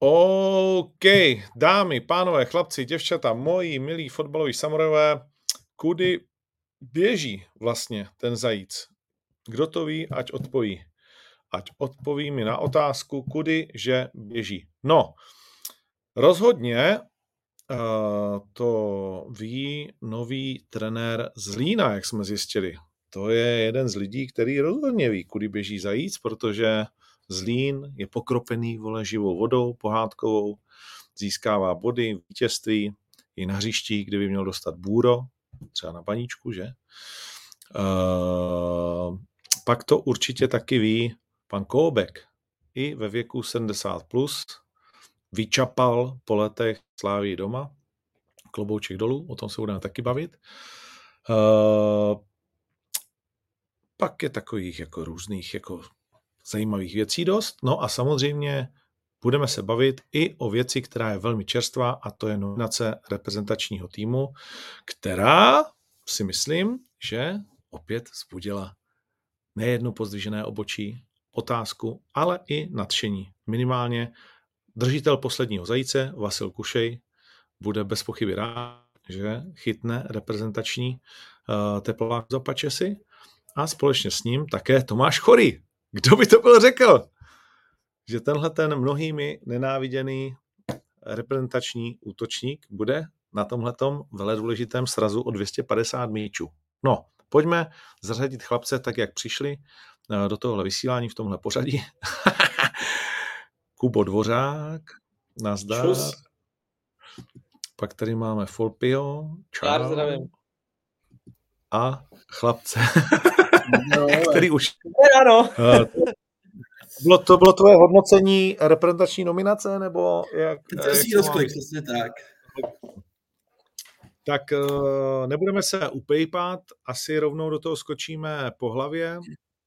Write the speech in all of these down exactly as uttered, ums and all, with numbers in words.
OK, dámy, pánové, chlapci, děvčata, moji milí fotbaloví samurajové, kudy běží vlastně ten zajíc? Kdo to ví, ať odpoví. Ať odpoví mi na otázku, kudy že běží. No, rozhodně uh, to ví nový trenér z Lína, jak jsme zjistili. To je jeden z lidí, který rozhodně ví, kudy běží zajíc, protože Zlín je pokropený, vole, živou vodou, pohádkovou, získává body, vítězství, i na hřišti, kde by měl dostat bůro, třeba na baníčku, že? Uh, pak to určitě taky ví pan Koubek. I ve věku sedmdesát plus vyčapal po letech Slávii doma. Klobouček dolů, o tom se budeme taky bavit. Uh, pak je takových jako různých jako zajímavých věcí dost. No a samozřejmě budeme se bavit i o věci, která je velmi čerstvá, a to je nominace reprezentačního týmu, která si myslím, že opět vzbudila nejedno pozdvižené obočí, otázku, ale i nadšení. Minimálně držitel posledního zajíce, Vasil Kušej, bude bez pochyby rád, že chytne reprezentační uh, teplák za pačesy, a společně s ním také Tomáš Chorý. Kdo by to byl řekl? Že tenhle ten mnohými nenáviděný reprezentační útočník bude na tomhletom veledůležitém srazu o dvě stě padesát míčů. No, pojďme zařadit chlapce tak, jak přišli do tohohle vysílání v tomhle pořadí. Kubo Dvořák, nazdar. Čus. Pak tady máme Folpio, čau. Zdravím. A chlapce, No, který už... Ráno. Bylo to bylo tvoje hodnocení reprezentační nominace, nebo jak? Přesně rozklik, přesně tak. Tak nebudeme se upejpat, asi rovnou do toho skočíme po hlavě.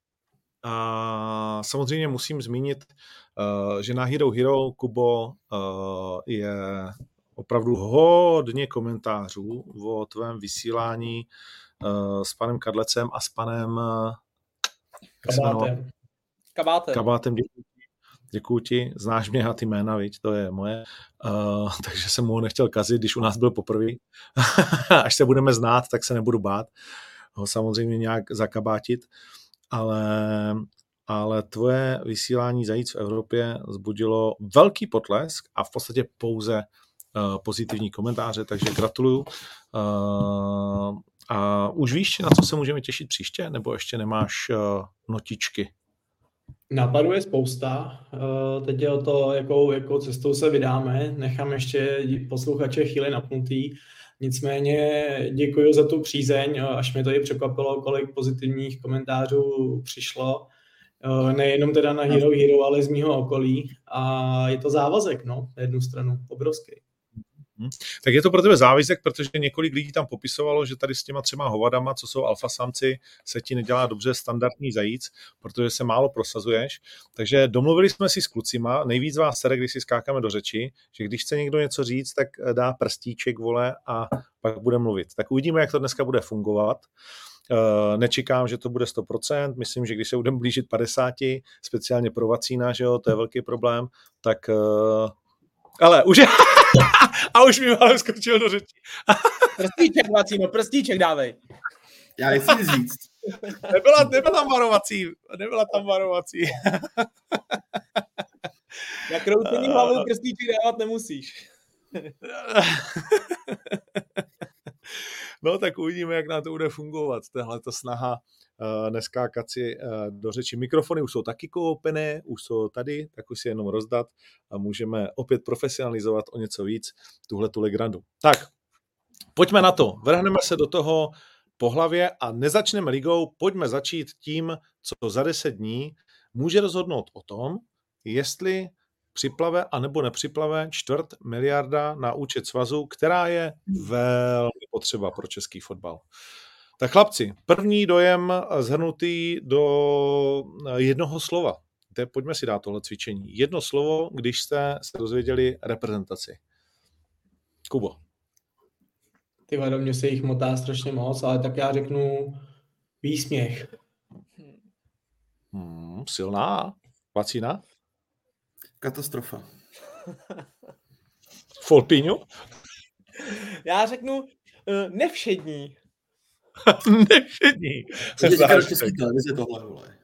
A samozřejmě musím zmínit, že na Hero Hero, Kubo, je opravdu hodně komentářů o tvém vysílání s panem Kadlecem a s panem Kabátem. Kabátem. Kabátem, děkuji. Děkuji ti, znáš mě a ty jména, viď, to je moje, uh, takže jsem mu nechtěl kazit, když u nás byl poprvé. Až se budeme znát, tak se nebudu bát ho samozřejmě nějak zakabátit, ale, ale tvoje vysílání Zajíc v Evropě vzbudilo velký potlesk a v podstatě pouze uh, pozitivní komentáře, takže gratuluju. Uh, a už víš, na co se můžeme těšit příště, nebo ještě nemáš uh, notičky? Nápadů je spousta. Teď je o to, jakou, jakou cestou se vydáme. Nechám ještě posluchače chvíli napnutý. Nicméně děkuji za tu přízeň, až mě to i překvapilo, kolik pozitivních komentářů přišlo. Nejenom teda na Hero Hero, ale z mýho okolí. A je to závazek, no, na jednu stranu, obrovský. Hmm. Tak je to pro tebe závazek, protože několik lidí tam popisovalo, že tady s těma třema hovadama, co jsou alfasamci, se ti nedělá dobře standardní zajíc, protože se málo prosazuješ. Takže domluvili jsme si s klucima, nejvíc vás sere, když si skákáme do řeči, že když chce někdo něco říct, tak dá prstíček, vole, a pak bude mluvit. Tak uvidíme, jak to dneska bude fungovat. Uh, nečekám, že to bude sto procent, myslím, že když se budeme blížit padesáti, speciálně pro vacína, že jo, to je velký problém, tak uh... ale už je... A už mi málem skočil do řeči. Prstíček, vacíno, prstíček dávej. Já nechci říct. Nebyla, nebyla tam varovací. Nebyla tam varovací. Na kroucení hlavou prstíček dávat nemusíš. No tak uvidíme, jak nám to bude fungovat. Tahleta snaha uh, neskákat si uh, do řeči. Mikrofony už jsou taky koupené, už jsou tady, tak už si jenom rozdat a můžeme opět profesionalizovat o něco víc tuhletu legrandu. Tak, pojďme na to. Vrhneme se do toho po hlavě a nezačneme ligou. Pojďme začít tím, co za deset dní může rozhodnout o tom, jestli připlave anebo nepřiplave čtvrt miliarda na účet svazu, která je velmi potřeba pro český fotbal. Tak chlapci, první dojem shrnutý do jednoho slova. Teď pojďme si dát tohle cvičení. Jedno slovo, když jste se dozvěděli reprezentaci. Kubo. Ty do mě se jich motá strašně moc, ale tak já řeknu výsměch. Hmm, silná. Vacína? Katastrofa. Folpíňu? Já řeknu uh, nevšední. Nevšední. To říká do české televize tohle, vole.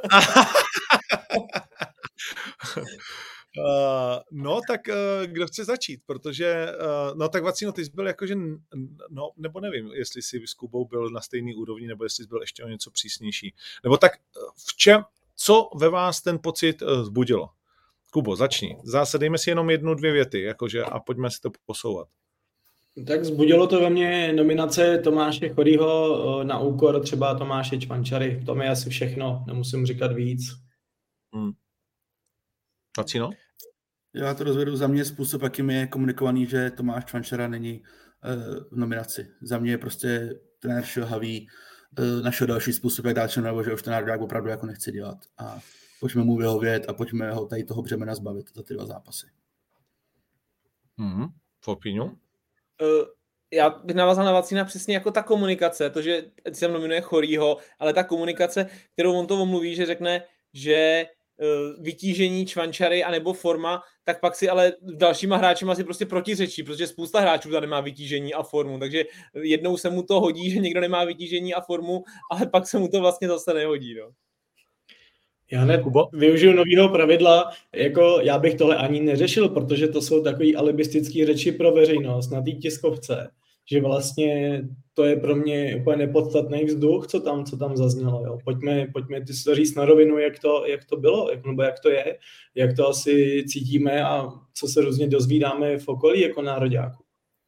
Uh, no, tak uh, kdo chce začít, protože, uh, no tak Vacíno, ty jsi byl jakože, no, nebo nevím, jestli jsi s Kubou byl na stejný úrovni, nebo jestli jsi byl ještě o něco přísnější. Nebo tak v čem, co ve vás ten pocit uh, vzbudilo? Kubo, začni. Zase dejme si jenom jednu, dvě věty, jakože, a pojďme si to posouvat. Tak vzbudilo to ve mně nominace Tomáše Chorýho na úkor třeba Tomáše Čvančary. To je asi všechno, nemusím říkat víc. Hmm. Vacíno? Já to rozvedu, za mě způsob, jakým je komunikovaný, že Tomáš Čvančara není uh, v nominaci. Za mě je prostě trenér šilhavý, uh, našel další způsob, jak dát nebo že už ten národák opravdu jako nechce dělat. A pojďme mu vyhovět a pojďme ho tady toho břemena zbavit za ty dva zápasy. Mhm. Folpíňu? Uh, já bych navázal na Vacína přesně jako ta komunikace, to, že se nominuje Chorýho, ale ta komunikace, kterou on to omluví, že řekne, že vytížení Čvančary anebo forma, tak pak si ale dalšíma hráčima si prostě protiřečí, protože spousta hráčů tady má vytížení a formu, takže jednou se mu to hodí, že někdo nemá vytížení a formu, ale pak se mu to vlastně zase nehodí. No. Já hned využiju nového pravidla, jako já bych tohle ani neřešil, protože to jsou takový alibistický řeči pro veřejnost na té tiskovce, že vlastně to je pro mě úplně nepodstatný vzduch, co tam, co tam zaznělo. Jo. Pojďme, pojďme ty si to říct na rovinu, jak to, jak to bylo, jak, nebo jak to je, jak to asi cítíme a co se různě dozvídáme v okolí jako nároďáku.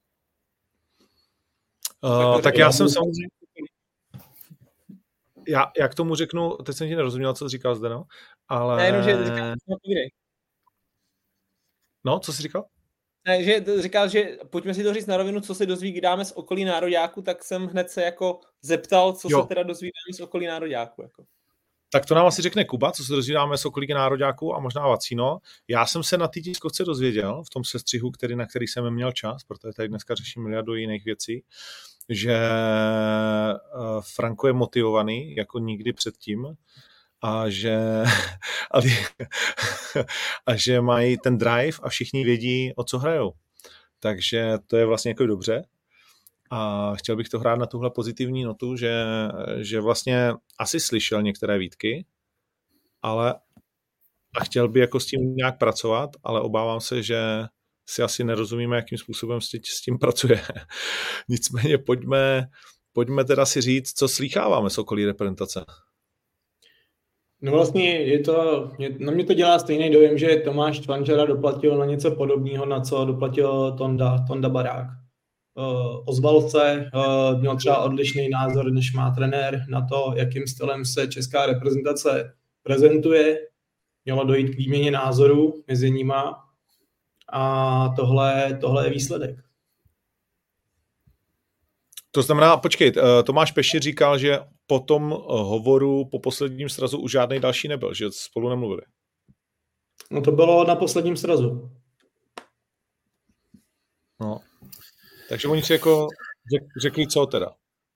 Uh, tak já jsem samozřejmě... Já, já k tomu řeknu, teď jsem ti nerozuměl, co jsi říkal zde, no, ale... Ne, jenom, že říkám, no, no, co jsi říkal? Ne, že říkal, že pojďme si to říct na rovinu, co se dozvídáme z okolí nároďáku, tak jsem hned se jako zeptal, co jo. se teda dozvídáme z okolí nároďáku. Jako. Tak to nám asi řekne Kuba, co se dozvídáme z okolí nároďáku a možná Vacíno. Já jsem se na té tiskovce dozvěděl, v tom sestřihu, který, na který jsem měl čas, protože tady dneska řeším miliardu jiných věcí, že Franko je motivovaný jako nikdy předtím a že, a, a že mají ten drive a všichni vědí, o co hrajou. Takže to je vlastně jako dobře. A chtěl bych to hrát na tuhle pozitivní notu, že, že vlastně asi slyšel některé výtky, ale a chtěl by jako s tím nějak pracovat, ale obávám se, že si asi nerozumíme, jakým způsobem s tím pracuje. Nicméně pojďme, pojďme teda si říct, co slýcháváme z okolí reprezentace. No vlastně je to, na mě to dělá stejný dojem, že Tomáš Čvančara doplatil na něco podobného, na co doplatil Tonda, Tonda Barák. Uh, ozval se, uh, měl třeba odlišný názor, než má trenér na to, jakým stylem se česká reprezentace prezentuje. Mělo dojít k výměně názorů mezi nima a tohle, tohle je výsledek. To znamená, počkej, Tomáš Pešir říkal, že po tom hovoru, po posledním srazu už žádný další nebyl, že spolu nemluvili. No to bylo na posledním srazu. No. Takže oni si jako řekli, co teda?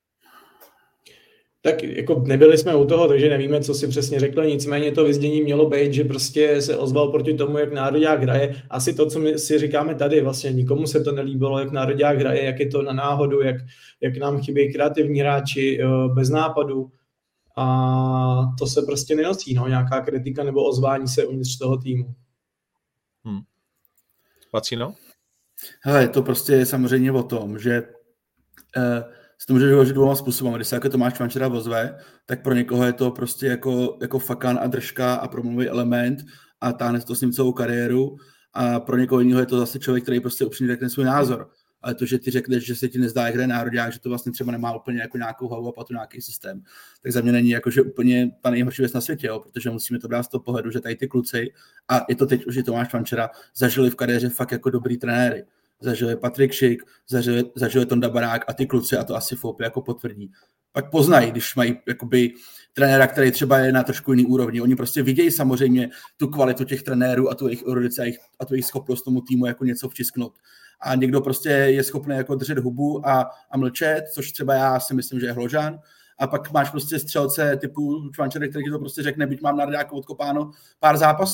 Tak jako nebyli jsme u toho, takže nevíme, co si přesně řekli, nicméně to vyzdění mělo být, že prostě se ozval proti tomu, jak nároďák hraje. Asi to, co my si říkáme tady, vlastně nikomu se to nelíbilo, jak nároďák hraje, jak je to na náhodu, jak, jak nám chybějí kreativní hráči bez nápadu. A to se prostě nenosí, no, nějaká kritika nebo ozvání se uvnitř toho týmu. Hmm. Vacíno? Hele, to prostě je samozřejmě o tom, že eh, se to může vyložit dvěma způsobem. Když se jako Tomáš Čvančara ozve, tak pro někoho je to prostě jako, jako fakan a držka a promluvý element a táhne to s ním celou kariéru a pro někoho jiného je to zase člověk, který prostě upřímně řekne svůj názor. Ale to, že ty řekneš, že se ti nezdá, jak hraje nároďák, že to vlastně třeba nemá úplně jako nějakou hlavu a patu, nějaký systém, tak za mě není jakože úplně ta nejhorší věc na světě, jo? Protože musíme to brát z toho pohledu, že tady ty kluci, a je to teď už i Tomáš Čvančara, zažili v kariéře fakt jako dobrý trenéry. Zažil je Patrik Šik, zažil, zažil je Tonda Barák a ty kluci, a to asi Foupy jako potvrdí. Pak poznají, když mají jakoby trenéra, který třeba je na trošku jiný úrovni. Oni prostě vidějí samozřejmě tu kvalitu těch trenérů a tu jejich erudici a, jejich, a tu jejich schopnost tomu týmu jako něco vtisknout. A někdo prostě je schopný jako držet hubu a, a mlčet, což třeba já si myslím, že je Hložan. A pak máš prostě střelce typu Čvančary, který ti to prostě řekne, byť mám na Radáku odkopáno pár zápasů.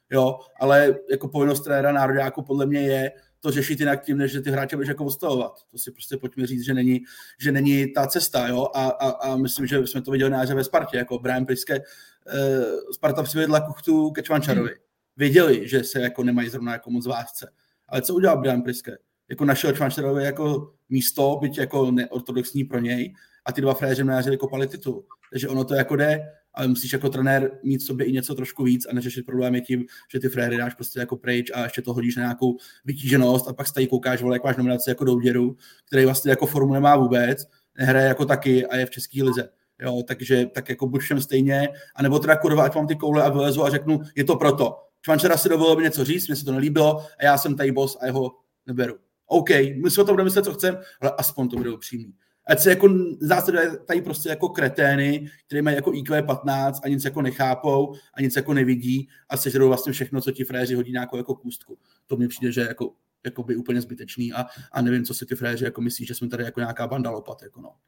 jo, ale jako povinnost trenéra nároďáku podle mě je to řešit jinak tím, než že ty hráče budeš jako odstavovat. To si prostě pojďme říct, že není, že není ta cesta, jo, a, a, a myslím, že jsme to viděli na jaře ve Spartě, jako Brian Priske, eh, Sparta přivedla Kuchtu ke Čvančarovi. Věděli, že se jako nemají zrovna jako moc vážce. Ale co udělal Brian Priske? Jako našel Čvančarovi jako místo, byť jako neortodoxní pro něj, a ty dva frajeři na jaře vykopali titul. Takže ono to jako jde, ale musíš jako trenér mít v sobě i něco trošku víc a neřešit problémy tím, že ty frajery dáš prostě jako pryč a ještě to hodíš na nějakou vytíženost a pak tady koukáš, vole, jak máš nominaci jako Douděru, který vlastně jako formu nemá vůbec, nehraje jako taky a je v české lize. Jo, takže tak jako buď všem stejně, anebo teda kurva, ať mám ty koule a vylezu a řeknu, je to proto. Čvančara si dovolil mi něco říct, mně se to nelíbilo a já jsem tady boss a jeho neberu. OK, my si o to budeme myslet, co chceme, ale aspoň to bude upřímný. Ať se jako zásleduje tady prostě jako kretény, které mají jako í kvé patnáct a nic jako nechápou a nic jako nevidí a sežerou vlastně všechno, co ti frajeři hodí nějakou jako kůstku. To mi přijde, že jako, jako by úplně zbytečný a, a nevím, co si ty frajeři jako myslí, že jsme tady jako nějaká banda lopat. Jako no.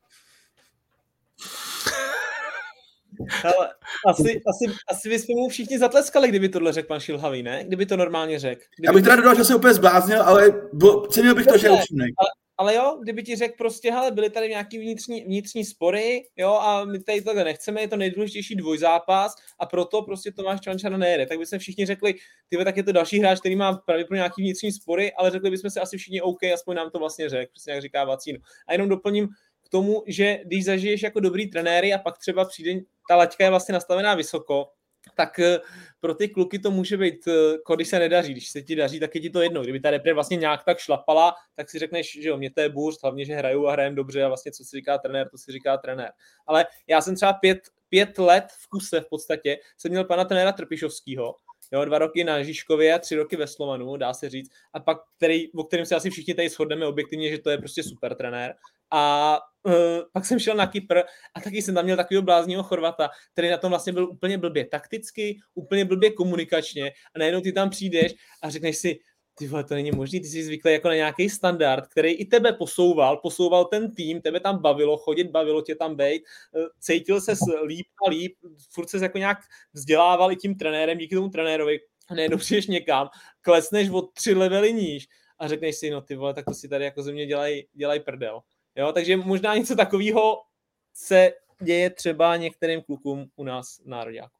Ale asi, asi, asi bychom mu všichni zatleskali, kdyby tohle řekl pan Šilhavý, ne? Kdyby to normálně řekl. Kdyby Já bych teda to... dodal, že se úplně zbláznil, ale byl, cenil bych to, že je upřímnej. Ale, ale jo, kdyby ti řekl prostě, hele, byly tady nějaký vnitřní, vnitřní spory, jo, a my tady tohle nechceme, je to nejdůležitější dvojzápas a proto prostě Tomáš Čvančara nejede. Tak bychom všichni řekli, tyhle, tak je to další hráč, který má pravděpodobně nějaký vnitřní spory, ale řekli bychom si asi všichni OK, aspoň nám to vlastně řekl, prostě jak říká Vacín. A jenom doplním k tomu, že když zažiješ jako dobrý trenéry a pak třeba přijde, ta laťka je vlastně nastavená vysoko, tak pro ty kluky to může být, když se nedaří, když se ti daří, tak je ti to jedno. Kdyby ta repre vlastně nějak tak šlapala, tak si řekneš, že jo, mě to je bůřt, hlavně, že hraju a hrajem dobře a vlastně co si říká trenér, to si říká trenér. Ale já jsem třeba pět, pět let v kuse v podstatě, jsem měl pana trenéra Trpišovskýho, jo, dva roky na Žižkově a tři roky ve Slovanu, dá se říct, a pak, který, o kterém se asi všichni tady shodneme objektivně, že to je prostě super trenér. A uh, pak jsem šel na Kypr a taky jsem tam měl takového blázního Chorvata, který na tom vlastně byl úplně blbě takticky, úplně blbě komunikačně a najednou ty tam přijdeš a řekneš si, ty vole, to není možný, ty jsi zvyklý jako na nějaký standard, který i tebe posouval, posouval ten tým, tebe tam bavilo chodit, bavilo tě tam bejt, cítil ses líp a líp, furt ses jako nějak vzdělával i tím trenérem, díky tomu trenérovi, a najednou přijdeš někam, klesneš o tři levely níž a řekneš si, no ty vole, tak to si tady jako ze mě dělají dělaj prdel. Jo, takže možná něco takového se děje třeba některým klukům u nás v nároďáku.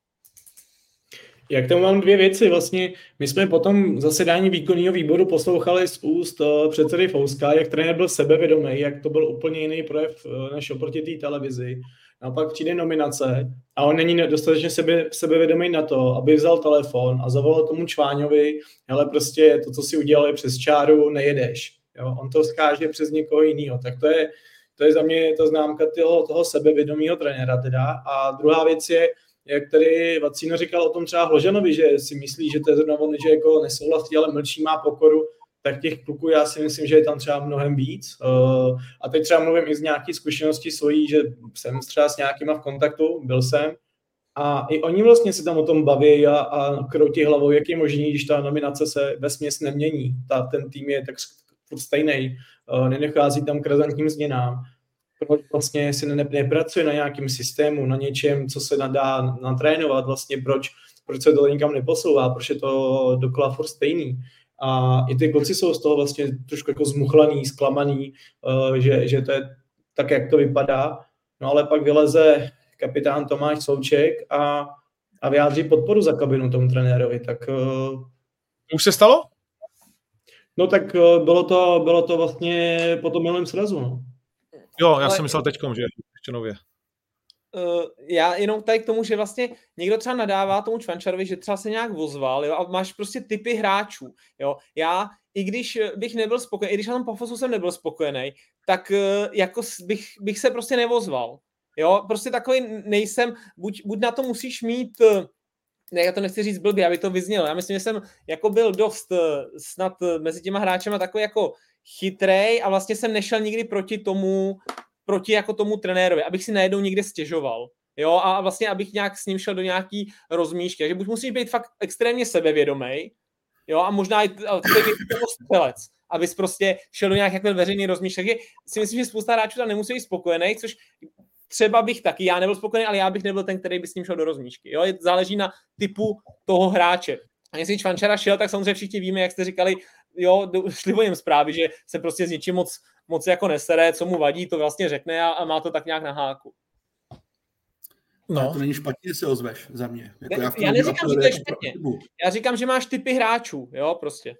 Jak tomu mám dvě věci. Vlastně my jsme potom zasedání výkonného výboru poslouchali z úst předsedy Fouska, jak trenér byl sebevědomý, jak to byl úplně jiný projev než oproti té televizi. A pak přijde nominace a on není dostatečně sebe, sebevědomý na to, aby vzal telefon a zavolal tomu Čváňovi, ale prostě to, co si udělali přes čáru, nejedeš. Jo, on to skáže přes někoho jiného. Tak to je, to je za mě ta známka toho, toho sebevědomého trenéra teda. A druhá věc je, jak tady Vacíno říkal o tom třeba Hložanovi, že si myslí, že to je zrovna on, že jako nesouhlasí, ale mlčí, má pokoru, tak těch kluků já si myslím, že je tam třeba mnohem víc. A teď třeba mluvím i z nějaké zkušenosti svojí, že jsem třeba s nějakýma v kontaktu, byl jsem, a i oni vlastně si tam o tom baví a, a kroutí hlavou, jak je možný, když ta nominace se vesměs nemění. Ta, ten tým je tak stejný, nenechází tam k razantním změnám. Proč vlastně si ne, nepracuje na nějakém systému, na něčem, co se dá natrénovat, vlastně proč, proč se to nikam neposouvá, proč je to dokola furt stejný. A i ty kluci jsou z toho vlastně trošku jako zmuchlaný, zklamaný, že, že to je tak, jak to vypadá. No ale pak vyleze kapitán Tomáš Souček a, a vyjádří podporu za kabinu tomu trenérovi. Tak, už se stalo? No tak bylo to, bylo to vlastně po tom minulém srazu. No. Jo, já ale... jsem myslel teďkom, že ještě nově. Uh, já jenom tady k tomu, že vlastně někdo třeba nadává tomu Čvančarovi, že třeba se nějak ozval, jo, a máš prostě typy hráčů, jo. Já, i když bych nebyl spokojený, i když na tom Pafosu jsem nebyl spokojený, tak uh, jako bych, bych se prostě nevozval, jo. Prostě takový nejsem, buď, buď na to musíš mít, uh, ne, já to nechci říct blbě, aby to vyznělo. Já myslím, že jsem jako byl dost uh, snad mezi těma hráčema takový jako chytrej a vlastně jsem nešel nikdy proti tomu, proti jako tomu trenérovi, abych si najednou někde stěžoval. Jo, a vlastně abych nějak s ním šel do nějaký rozmíšky. Takže buď musíš být fakt extrémně sebevědomý, jo, a možná i střelec, abys prostě šel do nějak jako veřejný rozmíšky. Takže si myslím, že spousta hráčů tam nemusí být spokojený, což třeba bych taky, já nebyl spokojený, ale já bych nebyl ten, který by s ním šel do rozmíšky. Jo, záleží na typu toho hráče. A jestli Čvančara šel, tak samozřejmě všichni víme, jak jste říkali, jo, šli o něm zprávy, že se prostě s ničím moc, moc jako nesere, co mu vadí, to vlastně řekne a, a má to tak nějak na háku. No. To není špatně, se ozveš za mě. Jako ne, já, já neříkám, že to je špatně. Já říkám, že máš typy hráčů, jo, prostě.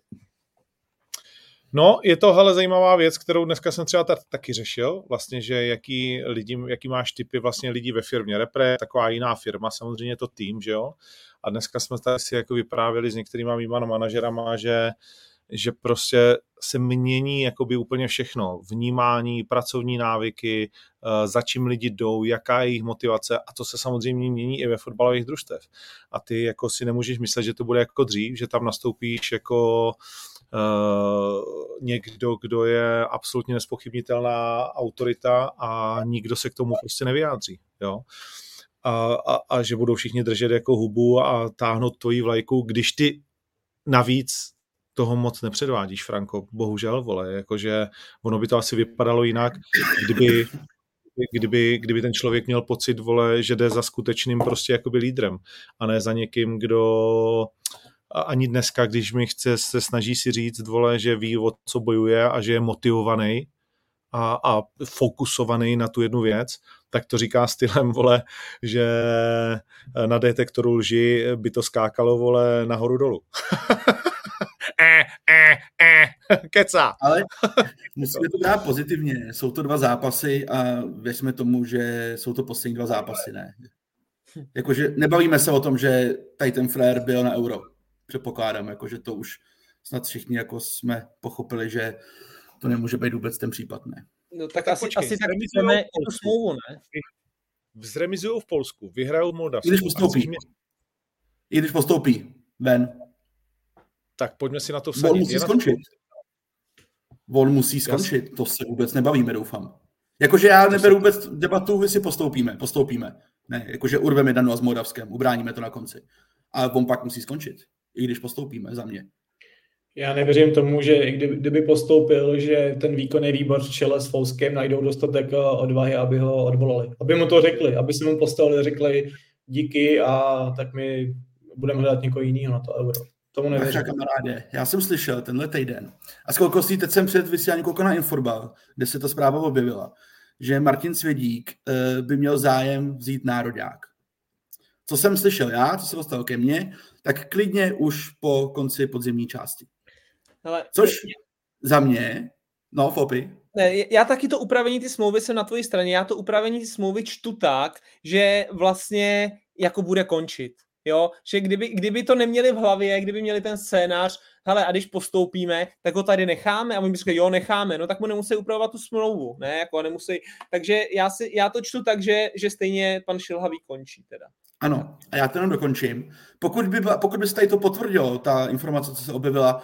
No, je to hele zajímavá věc, kterou dneska jsem třeba taky řešil, vlastně, že jaký, lidi, jaký máš typy vlastně lidí ve firmě. Repre je taková jiná firma, samozřejmě je to tým, že jo. A dneska jsme tady si jako vyprávěli s některýma mýma manažerama, že, že prostě se mění jakoby úplně všechno. Vnímání, pracovní návyky, za čím lidi jdou, jaká je jejich motivace a to se samozřejmě mění i ve fotbalových družstev. A ty jako si nemůžeš myslet, že to bude jako dřív, že tam nastoupíš jako Uh, někdo, kdo je absolutně nespochybnitelná autorita a nikdo se k tomu prostě nevyjádří. Jo? A, a, a že budou všichni držet jako hubu a táhnout tvoji vlajku, když ty navíc toho moc nepředvádíš, Franko, bohužel, vole, jakože ono by to asi vypadalo jinak, kdyby Kdyby, kdyby ten člověk měl pocit, vole, že jde za skutečným prostě jakoby lídrem a ne za někým, kdo ani dneska, když mi chce, se snaží si říct, vole, že ví, o co bojuje a že je motivovaný a, a fokusovaný na tu jednu věc, tak to říká stylem, vole, že na detektoru lži by to skákalo, vole, nahoru dolů. eh, eh, eh, keca. Ale musíme to brát pozitivně. Jsou to dva zápasy a věřme tomu, že jsou to poslední dva zápasy, ne? Jakože nebavíme se o tom, že tady ten Flair byl na Euro. Předpokládám, jakože to už snad všichni jako jsme pochopili, že to nemůže být vůbec ten případ, ne? No tak, tak asi, počkej, asi tak chceme tu smlouvu, ne? Zremizujou v Polsku, vyhrajou Moldavsku. I když postoupí. Mě... I když postoupí, ven. Tak pojďme si na to vsadit. On musí skončit. On musí skončit, to se vůbec nebavíme, doufám. Jakože já neberu vůbec debatu, jestli postoupíme, postoupíme. Ne, jakože urveme Danu a s Moldavskem, ubráníme to na konci. A on pak musí skončit, i když postoupíme, za mě. Já nevěřím tomu, že i kdyby, kdyby postoupil, že ten výkonný výbor v čele s Fouskem najdou dostatek odvahy, aby ho odvolali. Aby mu to řekli, aby se mu postavili, řekli díky a tak my budeme hledat někoho jiného na to Euro. Tomu nevěřím. Kamaráde, já jsem slyšel tenhle týden, a s kolkostí teď jsem před vysíláním koukal na Infobal, kde se ta zpráva objevila, že Martin Svědík uh, by měl zájem vzít nároďák. Co jsem slyšel já, co se dostalo ke mně, tak klidně už po konci podzimní části. Hele, Což za mě, no Fopy. Ne, já taky to upravení ty smlouvy jsem na tvojí straně, já to upravení ty smlouvy čtu tak, že vlastně jako bude končit. Jo, že kdyby, kdyby to neměli v hlavě, kdyby měli ten scénář, hele, a když postoupíme, tak ho tady necháme a oni by řekli, jo, necháme, no tak mu nemusí upravovat tu smlouvu, ne, jako nemusí, takže já, si, já to čtu tak, že, že stejně pan Šilhavý končí teda. Ano, a já to jenom dokončím. Pokud by, pokud by se tady to potvrdilo, ta informace, co se objevila,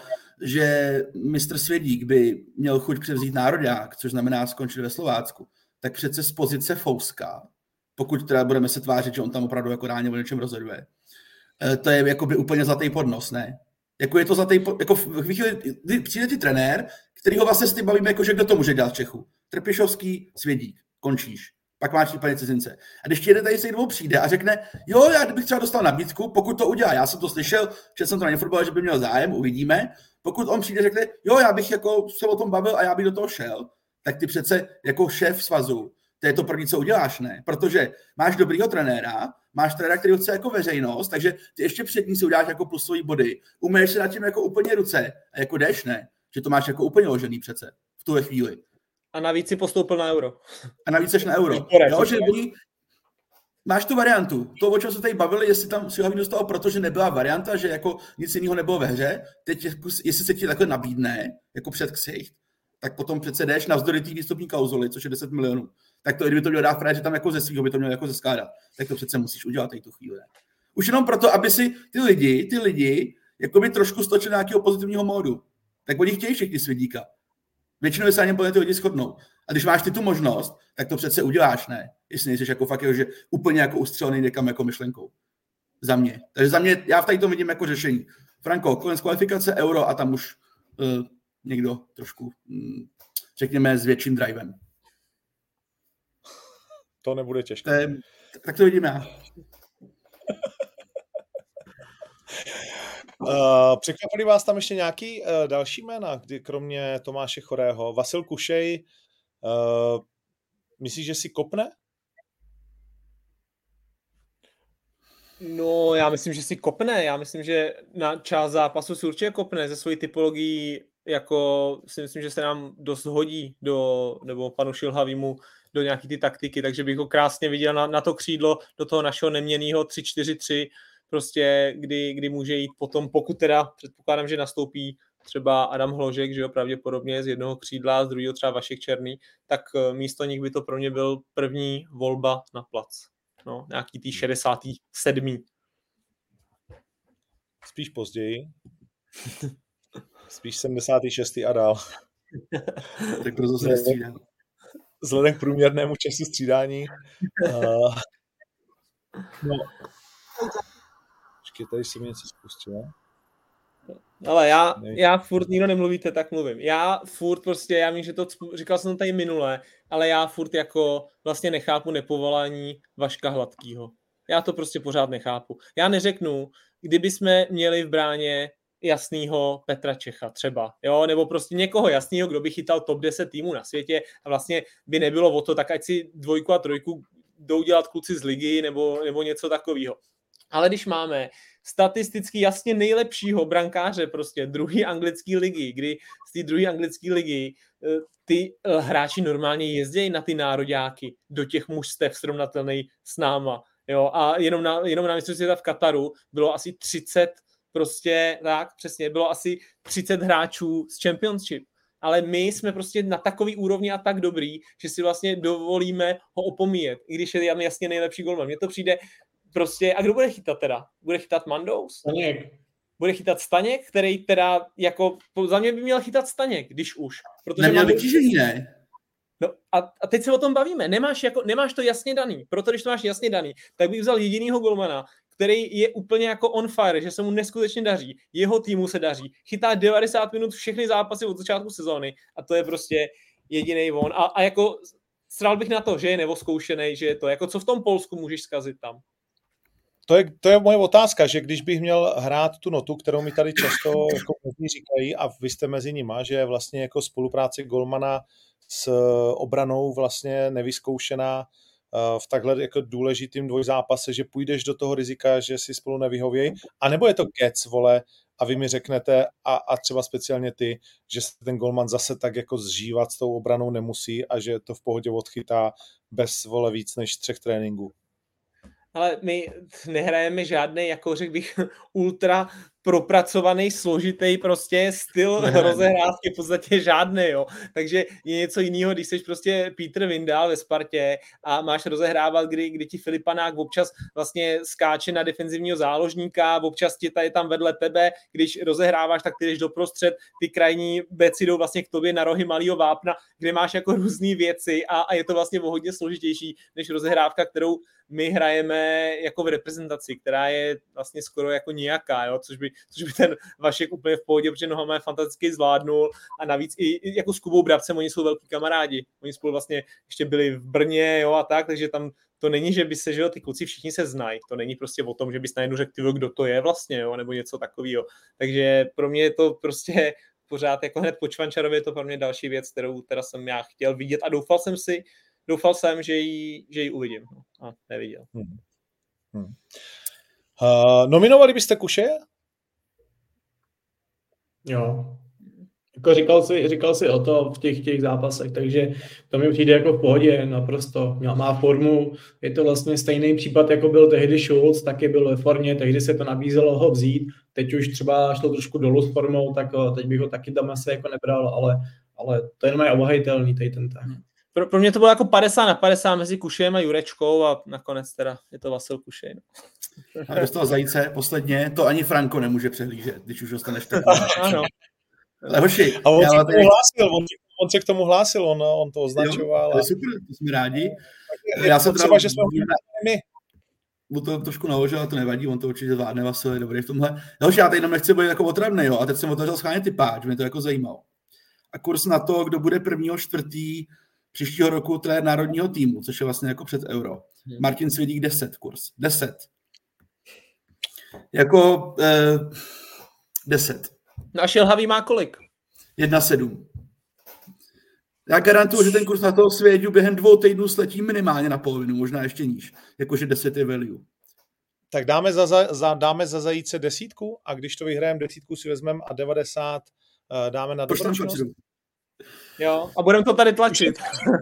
že mistr Svědík by měl chuť převzít nároďák, což znamená skončit ve Slovácku, tak přece z pozice Fouska, pokud teda budeme se tvářit, že on tam opravdu jako reálně o něčem rozhoduje, to je jakoby úplně zlatý podnos, ne? Jako je to zlatý podnos, jako v chvíli, kdy přijde ti trenér, který ho vlastně s tím bavíme, jako že kdo to může dělat v Čechu. Trpišovský, Svědík, končíš. Pak máš případně cizince. A když ti jeden tady se dvou přijde a řekne, jo, já bych třeba dostal nabídku, pokud to udělá, já jsem to slyšel, že jsem to na Infobale, že by měl zájem, uvidíme. Pokud on přijde a řekne, jo, já bych jako se o tom bavil a já bych do toho šel, tak ty přece jako šéf svazu, to je to první, co uděláš, ne? Protože máš dobrýho trenéra, máš trenéra, který ho chce jako veřejnost, takže ty ještě před ní si uděláš jako plusový body, umeješ se nad tím jako úplně ruce a jako jdeš, ne? Že to máš jako úplně ložený přece v tuhle chvíli. A navíc si postoupil na Euro. A navíc jsi na Euro. Jo, že oni, máš tu variantu. To, o čem se tady bavili, jestli tam Šilhavý dostal, protože nebyla varianta, že jako nic jiného nebylo ve hře. Teď, jestli se ti takhle nabídne, jako před ksicht, tak potom přece jdeš navzdory té výstupní klauzuly, což je deset milionů. Tak to, kdyby to měl dát Fred, že tam jako ze svého by to měl jako zeskládat, tak to přece musíš udělat tady tu chvíli. Už jenom proto, aby si ty lidi, ty lidi, jako by trošku stočili nějakého pozitivního módu. Tak oni chtějí všichni Svědíka. Většinou se na něm ty lidi shodnou. A když máš ty tu možnost, tak to přece uděláš, ne? Jestli nejsi jako fakt, že úplně jako ustřelený někam jako myšlenkou. Za mě. Takže za mě, já v tady to vidím jako řešení. Franko, konec kvalifikace, Euro a tam už uh, někdo trošku, um, řekněme, s větším drivem. To nebude těžké. Tak to vidím já. Uh, překvapili vás tam ještě nějaký uh, další jména, kdy kromě Tomáše Chorého? Vasil Kušej, uh, myslíš, že si kopne? No, já myslím, že si kopne. Já myslím, že na část zápasu si určitě kopne ze svojí typologií, jako si myslím, že se nám dost hodí do, nebo panu Šilhavýmu do nějaký ty taktiky, takže bych ho krásně viděl na, na to křídlo, do toho našeho neměnného tři čtyři tři, prostě kdy, kdy může jít potom, pokud teda předpokládám, že nastoupí třeba Adam Hložek, že jo, pravděpodobně z jednoho křídla, z druhého třeba Vašek Černý, tak místo nich by to pro mě byl první volba na plac. No, nějaký tý šedesátý sedmý Spíš později. Spíš sedmdesátý šestý a dál. Tak proto se nestřídá. Vzhledem k průměrnému času střídání. Uh, no. Počkej, tady si mi něco spustilo. Ale já, já furt, nikdo nemluvíte, tak mluvím. Já furt prostě, já vím, že to, říkal jsem to tady minule, ale já furt jako vlastně nechápu nepovolání Vaška Hladkýho. Já to prostě pořád nechápu. Já neřeknu, kdyby jsme měli v bráně jasnýho Petra Čecha třeba, jo, nebo prostě někoho jasnýho, kdo by chytal top deset týmů na světě a vlastně by nebylo o to, tak ať si dvojku a trojku jdou dělat kluci z ligy nebo, nebo něco takového. Ale když máme statisticky jasně nejlepšího brankáře prostě druhý anglický ligy, kdy z té druhé anglické ligy ty hráči normálně jezdí na ty nároďáky do těch mužstev srovnatelných s náma. Jo? A jenom na, jenom na mistrovství světa v Kataru bylo asi třicet prostě, tak přesně, bylo asi třicet hráčů z Championship. Ale my jsme prostě na takový úrovni a tak dobrý, že si vlastně dovolíme ho opomíjet, i když je jasně nejlepší golman. Mně to přijde prostě, a kdo bude chytat teda? Bude chytat Mandous? Staněk. Bude chytat Staněk, který teda jako, za mě by měl chytat Staněk, když už. Protože neměl Mandous... vytížení, ne? No a, a teď se o tom bavíme. Nemáš, jako, nemáš to jasně daný. Proto když to máš jasně daný, tak bych vzal jedinýho golmana, který je úplně jako on fire, že se mu neskutečně daří. Jeho týmu se daří. Chytá devadesát minut všechny zápasy od začátku sezóny a to je prostě jediný on. A, a jako sral bych na to, že je nevoskoušenej, že je to. Jako co v tom Polsku můžeš zkazit tam? To je, to je moje otázka, že když bych měl hrát tu notu, kterou mi tady často jako říkají a vy jste mezi nima, že je vlastně jako spolupráce golmana s obranou vlastně nevyzkoušená v takhle jako důležitým dvojzápase, že půjdeš do toho rizika, že si spolu nevyhovějí, anebo je to kec, vole, a vy mi řeknete, a, a třeba speciálně ty, že se ten golman zase tak jako zžívat s tou obranou nemusí a že to v pohodě odchytá bez, vole, víc než třech tréninků. Ale my nehrajeme žádný, jako řekl bych, ultra propracovaný, složitý prostě styl rozehrávky, v podstatě žádný, jo. Takže je něco jiného, když jsi prostě Petr Vindal ve Spartě a máš rozehrávat, kdy, kdy ti Filipanák občas vlastně skáče na defenzivního záložníka, občas ti tady tam vedle tebe, když rozehráváš, tak ty jdeš doprostřed, ty krajní beci jdou vlastně k tobě na rohy malýho vápna, kde máš jako různý věci a, a je to vlastně o hodně složitější než rozehrávka, kterou my hrajeme jako v reprezentaci, která je vlastně skoro jako nijaká, jo? Což by, což by ten Vašek úplně v pohodě, protože nohama je fantasticky zvládnul a navíc i, i jako s Kubou Brabcem, oni jsou velký kamarádi, oni spolu vlastně ještě byli v Brně, jo, a tak, takže tam to není, že by se, že jo, ty kluci všichni se znají, to není prostě o tom, že bys najednou řekl, tyvo, kdo to je vlastně, jo, nebo něco takového, takže pro mě je to prostě pořád jako hned po Čvančarově je to pro mě další věc, kterou teda jsem já chtěl vidět a doufal jsem si, Doufal jsem, že ji, že ji uvidím. A neviděl. Hmm. Hmm. Uh, nominovali byste Kušeje? Jo. Jako říkal si, říkal si o to v těch, těch zápasech, takže to mi přijde jako v pohodě naprosto. Má formu, je to vlastně stejný případ, jako byl tehdy Schulz, taky byl ve formě, tehdy se to nabízelo ho vzít, teď už třeba šlo trošku dolů s formou, tak teď bych ho taky tam asi jako nebral, ale, ale to jenom je obhajitelný tady ten tak. Pro, pro mě to bylo jako padesát na padesát mezi Kušejem a Jurečkou a nakonec teda je to Vasil Kušej. No. A dostal Zajíce posledně, to ani Franko nemůže přehlížet, když už dostaneš tak. Ano. Ale hoši, a on, já se tady... hlásil, on, on se k tomu hlásil, on, on to označoval. Jo, to je super, to jsme rádi. Já jsem třeba, že jsme my. Mu to trošku naložil, ale to nevadí, on to určitě zvládne, Vasil je dobrý v tomhle. Hoši, já tady jenom nechci být jako otravný, jo, a teď jsem otevřel schválně typáč, mě to jako zajímalo. A kurz na to, kdo bude prvního čtvrtý příštího roku trenér národního týmu, což je vlastně jako před Euro. Hmm. Martin Svědík deset kurz. deset. Jako, eh, deset. No a Šilhavý má kolik? jedna sedm. Já garantuju, že ten kurz na toho Svěďu během dvou týdnů sletí minimálně na polovinu, možná ještě níž. Jakože deset je value. Tak dáme za, za, dáme za zajíce desítku a když to vyhrajeme desítku si vezmeme a devadesát uh, dáme na dobročinnost. Jo, a budeme to tady tlačit.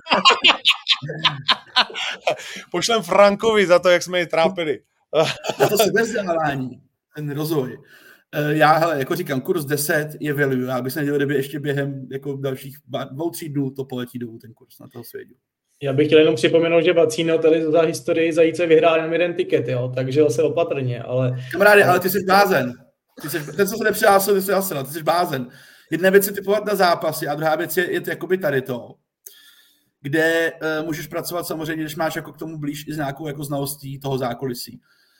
Pošlem Frankovi za to, jak jsme ji trápili. Na to sebevzdávání, ten rozvoj. Já, hele, jako říkám, kurz deset je value. Já bych se nedělal, kdyby ještě během jako dalších dvou, tří dnů to poletí dolů ten kurz na toho Svěďu. Já bych chtěl jenom připomenout, že Vacíno tady za historii zajíce vyhrál jenom jeden tiket, jo, takže se opatrně, ale... Kamaráde, ale ty jsi blázen. Ty jsi, ten, co se nepřihlásil, ty jsi asel, ty jsi blázen. Jedna věc je typovat na zápasy a druhá věc je, je jakoby tady to, kde uh, můžeš pracovat samozřejmě, když máš jako k tomu blíž i s nějakou jako znalostí toho zákulisí.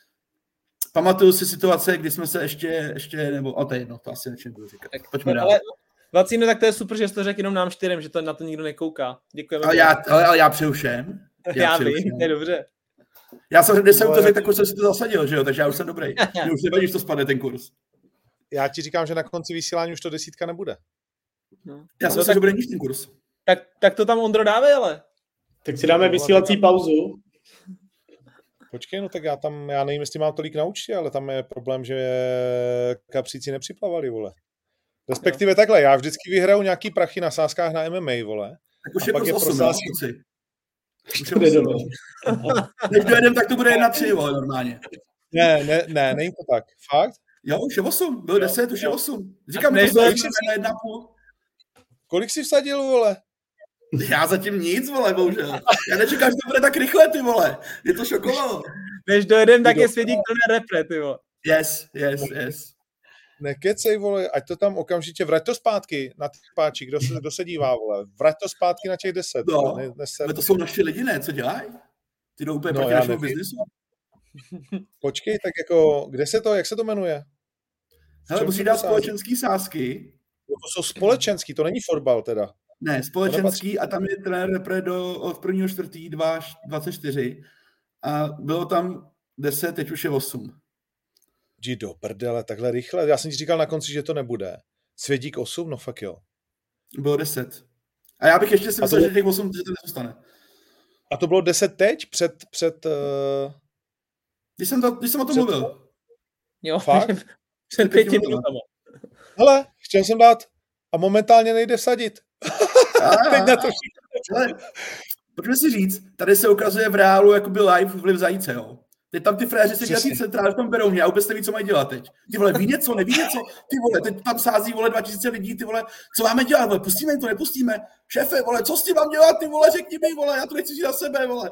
Pamatuju si situace, kdy jsme se ještě, ještě nebo, o to je jedno, to asi nečem budu říkat. Pojďme dál. Ale, Vacíno, tak to je super, že jsi to řekl jenom nám čtyřem, že to na to nikdo nekouká. Děkujeme. Ale já, ale, ale já přeju všem. Já, já vím, je dobře. Já jsem, když jsem to řekl, tak už jsem si to zasadil, že jo, takže já už jsem dobrý. Mě už nevadí, že to spadne ten kurz. Já ti říkám, že na konci vysílání už to desítka nebude. No. Já jsem no, si, tak, že bude níž ten kurz. Tak, tak to tam, Ondro, dávej, ale. Tak si dáme vysílací pauzu. Počkej, no tak já tam, já nevím, jestli mám tolik na účtě, ale tam je problém, že kapříci nepřiplavali, vole. Respektive jo. Takhle, já vždycky vyhraju nějaký prachy na sázkách na M M A, vole. Tak už a je pak plus je osm, pro sázky... Už je osm. Než dojedem, tak to bude jedna tři, vole, normálně. Ne, ne, ne, není to tak. Fakt? Jo, už je osm, byl deset, už je osm. Říkám, že to je na jedna půl. Kolik jsi vsadil, vole? Já zatím nic, vole, bohužel. Já nečekám, že to bude tak rychle, ty vole. Je to šokovalo. Než dojedem, tak je Svědík to nerepre, ty vole. Yes, yes, yes. Nekecej, vole, ať to tam okamžitě, vrať to zpátky na ty páči, kdo se, kdo se dívá, vole. Vrať to zpátky na těch deset. No, ne, ne ale to jsou naši lidi, ne? Co dělají? Ty jdou úplně no, proti našemu biznisu. Počkej, tak jako, kde se to, jak se to jmenuje? Hele, musí dát společenský sázky. To jsou společenský, to není fotbal teda. Ne, společenský a tam je trenér repre do, od prvního čtvrtý dvacet čtyři a bylo tam deset, teď už je osm. Jdi do prdele, takhle rychle. Já jsem ti říkal na konci, že to nebude. Svědík osm, no fakt jo. Bylo deset. A já bych ještě si myslel, to... že těch osm, že to nezůstane. A to bylo deset teď? Před... před uh... Když, jsem to, když jsem o tom před... mluvil. Jo, fakt? Před pěti minutama. Hele, chtěl jsem dát a momentálně nejde vsadit. Teď na to všichni. Pojďme si říct, tady se ukazuje v reálu jakoby live vliv zajíce, jo. Teď tam ty fréři se dělají centrály v tom Berouně a vůbec neví, co mají dělat teď. Ty vole, ví něco, neví něco, ty vole, teď tam sází, vole, dva tisíce lidí, ty vole, co máme dělat, vole, pustíme jim to, nepustíme, šéfe, vole, co s tím mám dělat, ty vole, řekni mi, vole, já to nechci žít na sebe, vole.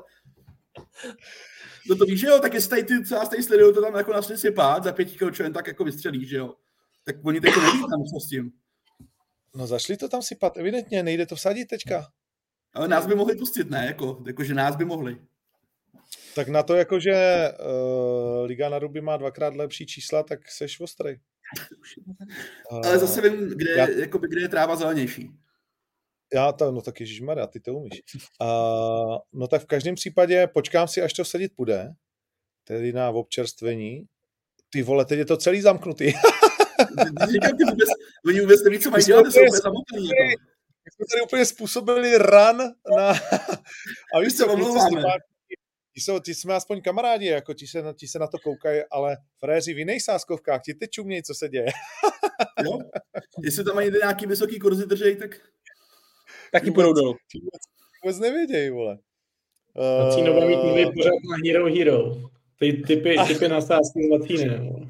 No to víš, že jo, tak jestli tady ty, co nás tady sledují, to tam jako našli sypát, za pěti člověk tak jako vystřelí, že jo. Tak oni teď to neví tam, co s tím. No zašli to tam sypat, evidentně, nejde to vsadit teďka. Ale nás by mohli pustit, ne, jako, jako že nás by mohli. Tak na to, jakože uh, Liga na ruby má dvakrát lepší čísla, tak seš ostrej. Uh, Ale zase vím, kde, já... jakoby, kde je tráva zelenější. Já to, no tak ježišmarja, ty to umíš. Uh, no tak v každém případě počkám si, až to sadit půjde, tedy na občerstvení. Ty vole, teď je to celý zamknutý. Říkám, ty vůbec, oni vůbec neví, co mají dělat, jsou úplně zamotný. My jsme tady úplně způsobili run na... A víš co, omlouváme. Ti, jsou, ti jsme aspoň kamarádi, jako ti se, ti se na to koukají, ale fréři v jiných sázkovkách, ti teď čumějí, co se děje. Jo? Jestli tam mají nějaký vysoký kurzy držej, tak... Taky půjdou dolů. Vůbec, vůbec nevědějí, vole. Vacíno bude mít nový pořád na Hero Hero. Ty typy, typy na sázky s Vacínem. Uh,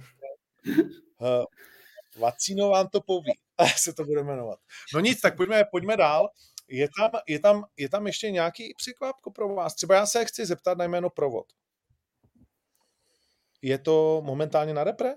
Vacíno vám to poví, se to bude jmenovat. No nic, tak pojďme, pojďme dál. Je tam, je, tam, je tam ještě nějaký překvápko pro vás? Třeba já se chci zeptat na jméno Provod. Je to momentálně na repre?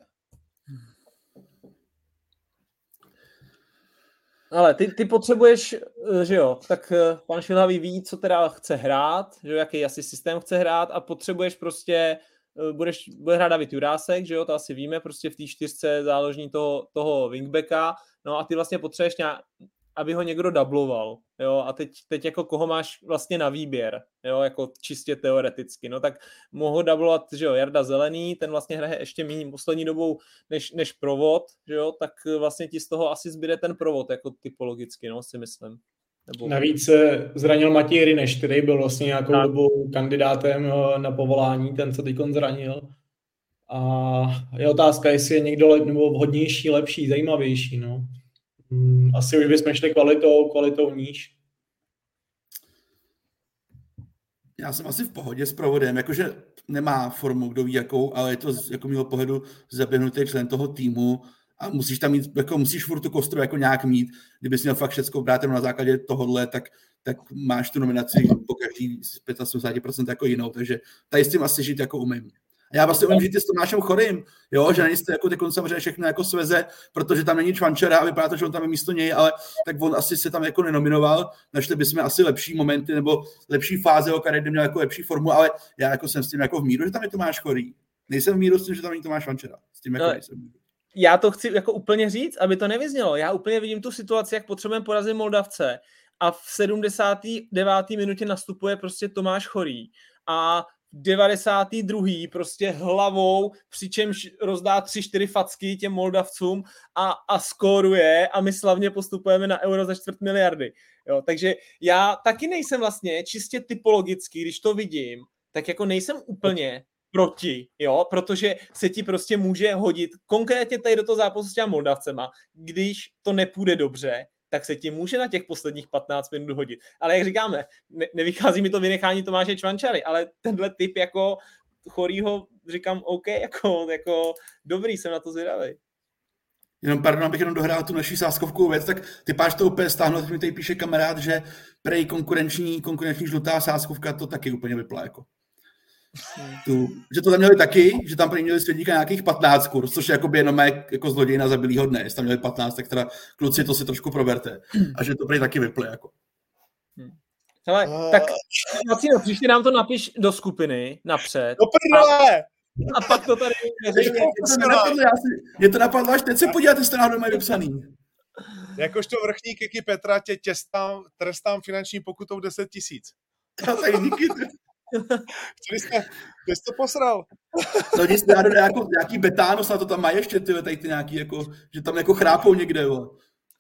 Ale ty, ty potřebuješ, že jo, tak pan Šilhavý ví, co teda chce hrát, že jo, jaký asi systém chce hrát a potřebuješ prostě, budeš, bude hrát David Jurásek, že jo, to asi víme, prostě v té čtyřce záložní toho, toho wingbacka, no a ty vlastně potřebuješ nějak, aby ho někdo dubloval, jo, a teď, teď jako koho máš vlastně na výběr, jo, jako čistě teoreticky, no tak mohu dublovat, že jo, Jarda Zelený, ten vlastně hraje ještě méně poslední dobou než, než Provod, že jo, tak vlastně ti z toho asi zbyde ten Provod, jako typologicky, no, si myslím. Nebo... Navíc se zranil Matěj Rineš, který byl vlastně nějakou tak. dobu kandidátem na povolání, ten se teď zranil. A je otázka, jestli je někdo lep, nebo vhodnější, lepší, zajímavější. No. Asi už bychom šli kvalitou, kvalitou níž. Já jsem asi v pohodě s Provodem, jakože nemá formu, kdo ví jakou, ale je to z jako mého pohledu zaběhnutý člen toho týmu a musíš tam mít, jako musíš furt tu kostru jako nějak mít. Kdybys měl fakt všecko brát na základě tohohle, tak, tak máš tu nominaci po každý z osmdesát pět procent jako jinou, takže tady s tím asi žít jako umím. A já vlastně umím žít s Tomášem Chorým, jo, že nejste jako ty samozřejmě všechno jako sveze, protože tam není Čvančara a vypadá to, že on tam je místo něj, ale tak on asi se tam jako nenominoval, našli bychom asi lepší momenty nebo lepší fáze, o které by měl jako lepší formu, ale já jako jsem s tím jako v míru, že tam je Tomáš Chorý. Nejsem v míru s tím, že tam není Tomáš Čvančara. S tím jako no, nejsem v míru. Já to chci jako úplně říct, aby to nevyznělo. Já úplně vidím tu situaci, jak potřebujeme porazit Moldavce a v sedmdesáté deváté minutě nastupuje prostě Tomáš Chorý a devadesáté druhé prostě hlavou, přičemž rozdá tři čtyři facky těm Moldavcům a, a skóruje a my slavně postupujeme na euro za čtvrt miliardy. Jo, takže já taky nejsem vlastně čistě typologicky, když to vidím, tak jako nejsem úplně proti, jo, protože se ti prostě může hodit konkrétně tady do toho zápasu s těma Moldavcema, když to nepůjde dobře, tak se ti může na těch posledních patnáct minut hodit. Ale jak říkáme, ne, nevychází mi to vynechání Tomáše Čvančary, ale tenhle typ jako Chorýho říkám OK, jako, jako dobrý, jsem na to zvědavý. Jenom pardon, abych jenom dohrál tu naší sázkovkou věc, tak ty páš to úplně stáhnout, mi tady píše kamarád, že prej konkurenční, konkurenční žlutá sázkovka to taky úplně vyplá jako. Tu, že to tam měli taky, že tam měli svědníka nějakých patnáct kurz, což je jakoby jenom jako zloděj na zabilýho dne, jestli tam měli patnáct, tak teda kluci to si trošku proberte. A že to prý taky vyply jako. Hele, uh... tak Macino, příště nám to napiš do skupiny napřed. Do prdele! A pak to tady neřekne. Mě to napadlo, až teď se podívat, jestli to náhodou mají dopsaný. Jakožto vrchní Kiki Petra tě těstám, trestám finanční pokutou deset tisíc. No, tak díky. Chtěli jste, ty jsi to posral. No nic, já nějakou, nějaký betános na to tam má ještě, tyhle, tady ty nějaký, jako, že tam jako chrápou někde, jo.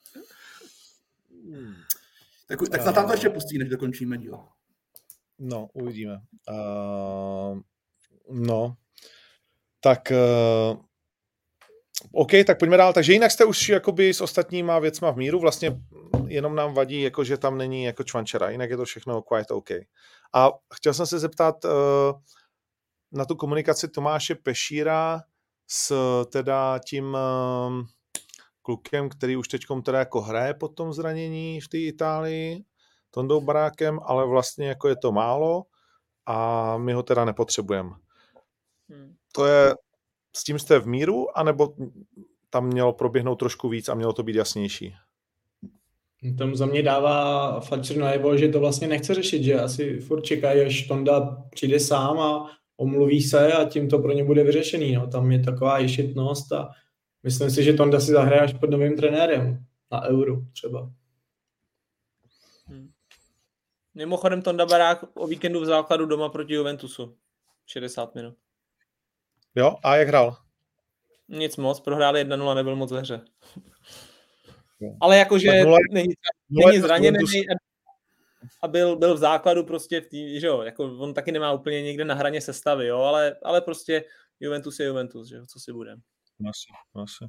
Hmm. Tak, tak snad tam to ještě pustí, než dokončíme díl. No, uvidíme. Uh, no, tak uh, OK, tak pojďme dál. Takže jinak jste už jakoby s ostatníma věcma v míru, vlastně jenom nám vadí, jako, že tam není jako Čvančara, jinak je to všechno quite OK. A chtěl jsem se zeptat uh, na tu komunikaci Tomáše Pešíra s teda tím uh, klukem, který už teďkom teda jako hraje po tom zranění v té Itálii, Tondou Barákem, ale vlastně jako je to málo a my ho teda nepotřebujeme. Hmm. To je, s tím jste v míru, anebo tam mělo proběhnout trošku víc a mělo to být jasnější? Tam za mě dává Fletcher najevo, že to vlastně nechce řešit, že asi furt čekají, až Tonda přijde sám a omluví se a tím to pro ně bude vyřešený. No. Tam je taková ješitnost a myslím si, že Tonda si zahraje až pod novým trenérem na Euro třeba. Hmm. Mimochodem Tonda Barák o víkendu v základu doma proti Juventusu. šedesát minut. Jo, a jak hrál? Nic moc, prohráli jedna nula, nebyl moc ve hře. Ale jakože není, není zraněný a byl, byl v základu prostě v tý, že jo, jako on taky nemá úplně někde na hraně sestavy, jo, ale, ale prostě Juventus je Juventus, že jo, co si budem. Asi, asi.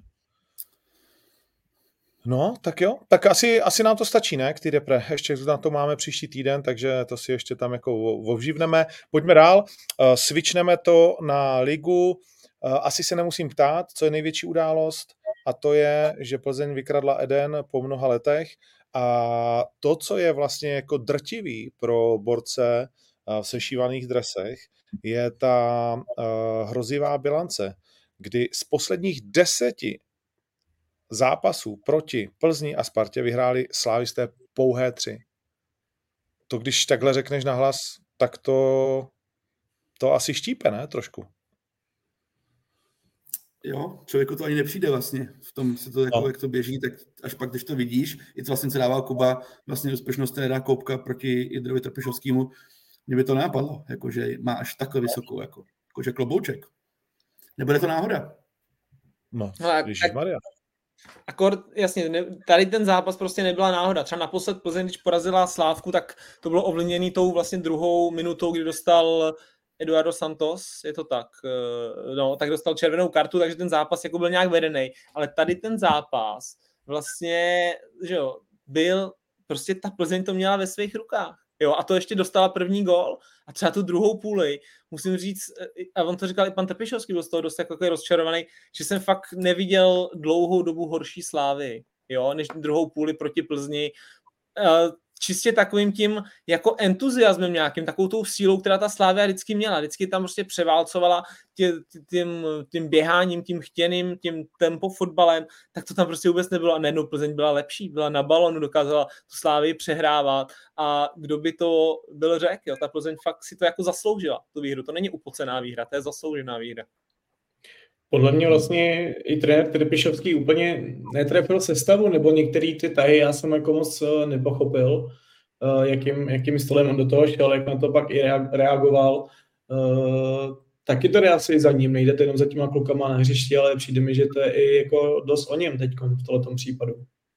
No, tak jo, tak asi, asi nám to stačí, ne, k té repre. Ještě na to máme příští týden, takže to si ještě tam jako ovživneme. Pojďme dál, uh, switchneme to na ligu. Uh, asi se nemusím ptát, co je největší událost, a to je, že Plzeň vykradla Eden po mnoha letech a to, co je vlastně jako drtivý pro borce uh, v sešívaných dresech, je ta uh, hrozivá bilance, kdy z posledních deseti zápasů proti Plzni a Spartě vyhráli slávisté pouhé tři. To když takhle řekneš nahlas, tak to, to asi štípe, ne? Trošku. jo, člověku to ani nepřijde vlastně, v tom se to jako, No. jak to běží, tak až pak, když to vidíš, i to vlastně, co dával Kuba, vlastně úspěšnost trenéra Koupka proti Jindrovi Trpišovskému, mě by to nápadlo, jakože má až takhle vysokou, jako, jakože klobouček. Nebude to náhoda. No, No, tak- ježišmarja. Akord, jasně, ne, tady ten zápas prostě nebyla náhoda. Třeba naposled Plzeň, když porazila Slávku, tak to bylo ovlivněné tou vlastně druhou minutou, kdy dostal Eduardo Santos, je to tak, eh, no, tak dostal červenou kartu, takže ten zápas jako byl nějak vedený. Ale tady ten zápas vlastně, že jo, byl, prostě ta Plzeň to měla ve svých rukách. Jo, a to ještě dostala první gól a třeba tu druhou půli, musím říct, a on to říkal i pan Trpišovský, byl z toho dost jako rozčarovaný, že jsem fakt neviděl dlouhou dobu horší Slávy, jo, než druhou půli proti Plzni. Čistě takovým tím jako entuziasmem nějakým, takovou tou sílou, která ta Slavia vždycky měla. Vždycky tam prostě převálcovala tě, tím, tím běháním, tím chtěným, tím tempo fotbalem, tak to tam prostě vůbec nebylo. A nejednou Plzeň byla lepší, byla na balonu, dokázala tu Slavii přehrávat a kdo by to byl řekl, jo, ta Plzeň fakt si to jako zasloužila, tu výhru. To není upocená výhra, to je zasloužená výhra. Podle mě vlastně i trenér Trpišovský úplně netrefil sestavu, nebo některé ty tahy já jsem jako moc nepochopil, jakým, jakým stylem on do toho šel, jak na to pak i reagoval. Taky to jde asi za ním, nejde to jenom za těma klukama na hřišti, ale přijde mi, že to je i jako dost o něm teď v tomto případu.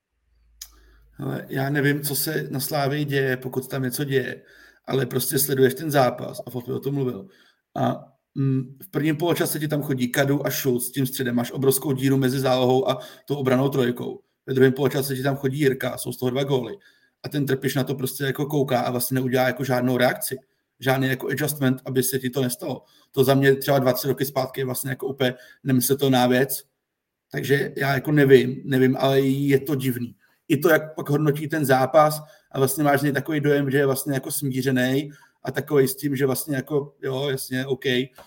Ale já nevím, co se na Slávii děje, pokud tam něco děje, ale prostě sleduješ ten zápas a Fotbal o tom mluvil. A v prvním poločase ti tam chodí Kadu a Schulz s tím středem. Máš obrovskou díru mezi zálohou a tou obranou trojkou. Ve druhém poločase ti tam chodí Jirka, jsou z toho dva góly. A ten Trpiš na to prostě jako kouká a vlastně neudělá jako žádnou reakci. Žádný jako adjustment, aby se ti to nestalo. To za mě třeba dvacet roky zpátky je vlastně jako úplně nemyslitelná věc. Takže já jako nevím, nevím, ale je to divný. I to, jak pak hodnotí ten zápas a vlastně máš nej takový dojem, že je vlastně jako smířený a takový s tím, že vlastně jako, jo, jasně, OK.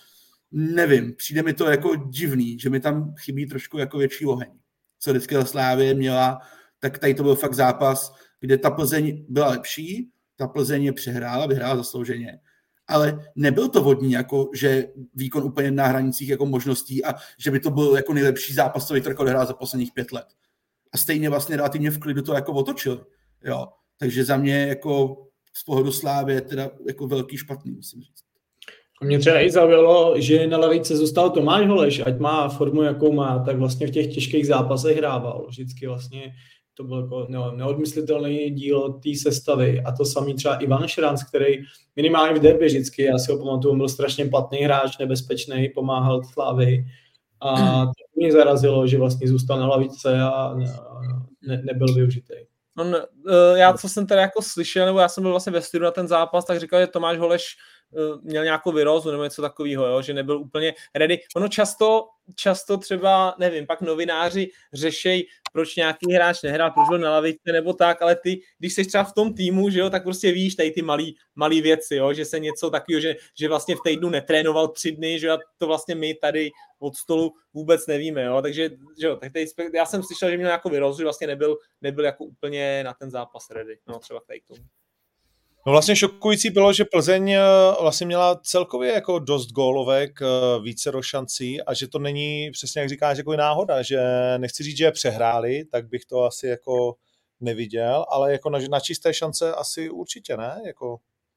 Nevím, přijde mi to jako divný, že mi tam chybí trošku jako větší oheň. Co vždycky za Slávie měla, tak tady to byl fakt zápas, kde ta Plzeň byla lepší, ta Plzeň je přehrála, vyhrála zaslouženě, ale nebyl to vodní, jako že výkon úplně na hranicích jako možností a že by to byl jako nejlepší zápas, co Vítr odehrál za posledních pět let. A stejně vlastně relativně v klidu to jako otočili. Jo. Takže za mě jako z pohledu Slávy je teda jako velký špatný, musím říct. Mě třeba i zaujalo, že na lavice zůstal Tomáš Holeš, ať má formu, jakou má, tak vlastně v těch těžkých zápasech hrával. Vždycky vlastně to byl jako neodmyslitelný díl té sestavy. A to samý třeba Ivan Šranc, který minimálně v derby vždycky, já si ho pamatuju, byl strašně platný hráč, nebezpečný, pomáhal Slávy. A to mě zarazilo, že vlastně zůstal na lavice a ne, nebyl využitý. On, já, co jsem teda jako slyšel, nebo já jsem byl vlastně ve studiu na ten zápas, tak říkal, že Tomáš Holeš měl nějakou virózu nebo něco takového, jo, že nebyl úplně ready. Ono často, často třeba, nevím, pak novináři řešejí, proč nějaký hráč nehrál, proč byl na lavici nebo tak, ale ty, když jsi třeba v tom týmu, že jo, tak prostě víš tady ty malý, malý věci, jo, že se něco takového, že, že vlastně v týdnu netrénoval tři dny, že to vlastně my tady od stolu vůbec nevíme, jo, takže že jo, tak tady, já jsem slyšel, že měl nějakou virózu, že vlastně nebyl, nebyl jako úplně na ten zápas ready, no třeba tady k tomu. No vlastně šokující bylo, že Plzeň vlastně měla celkově jako dost gólovek, více do šancí a že to není, přesně jak říkáš, jako náhoda, že nechci říct, že je přehráli, tak bych to asi jako neviděl, ale jako na, na čisté šance asi určitě ne, jako...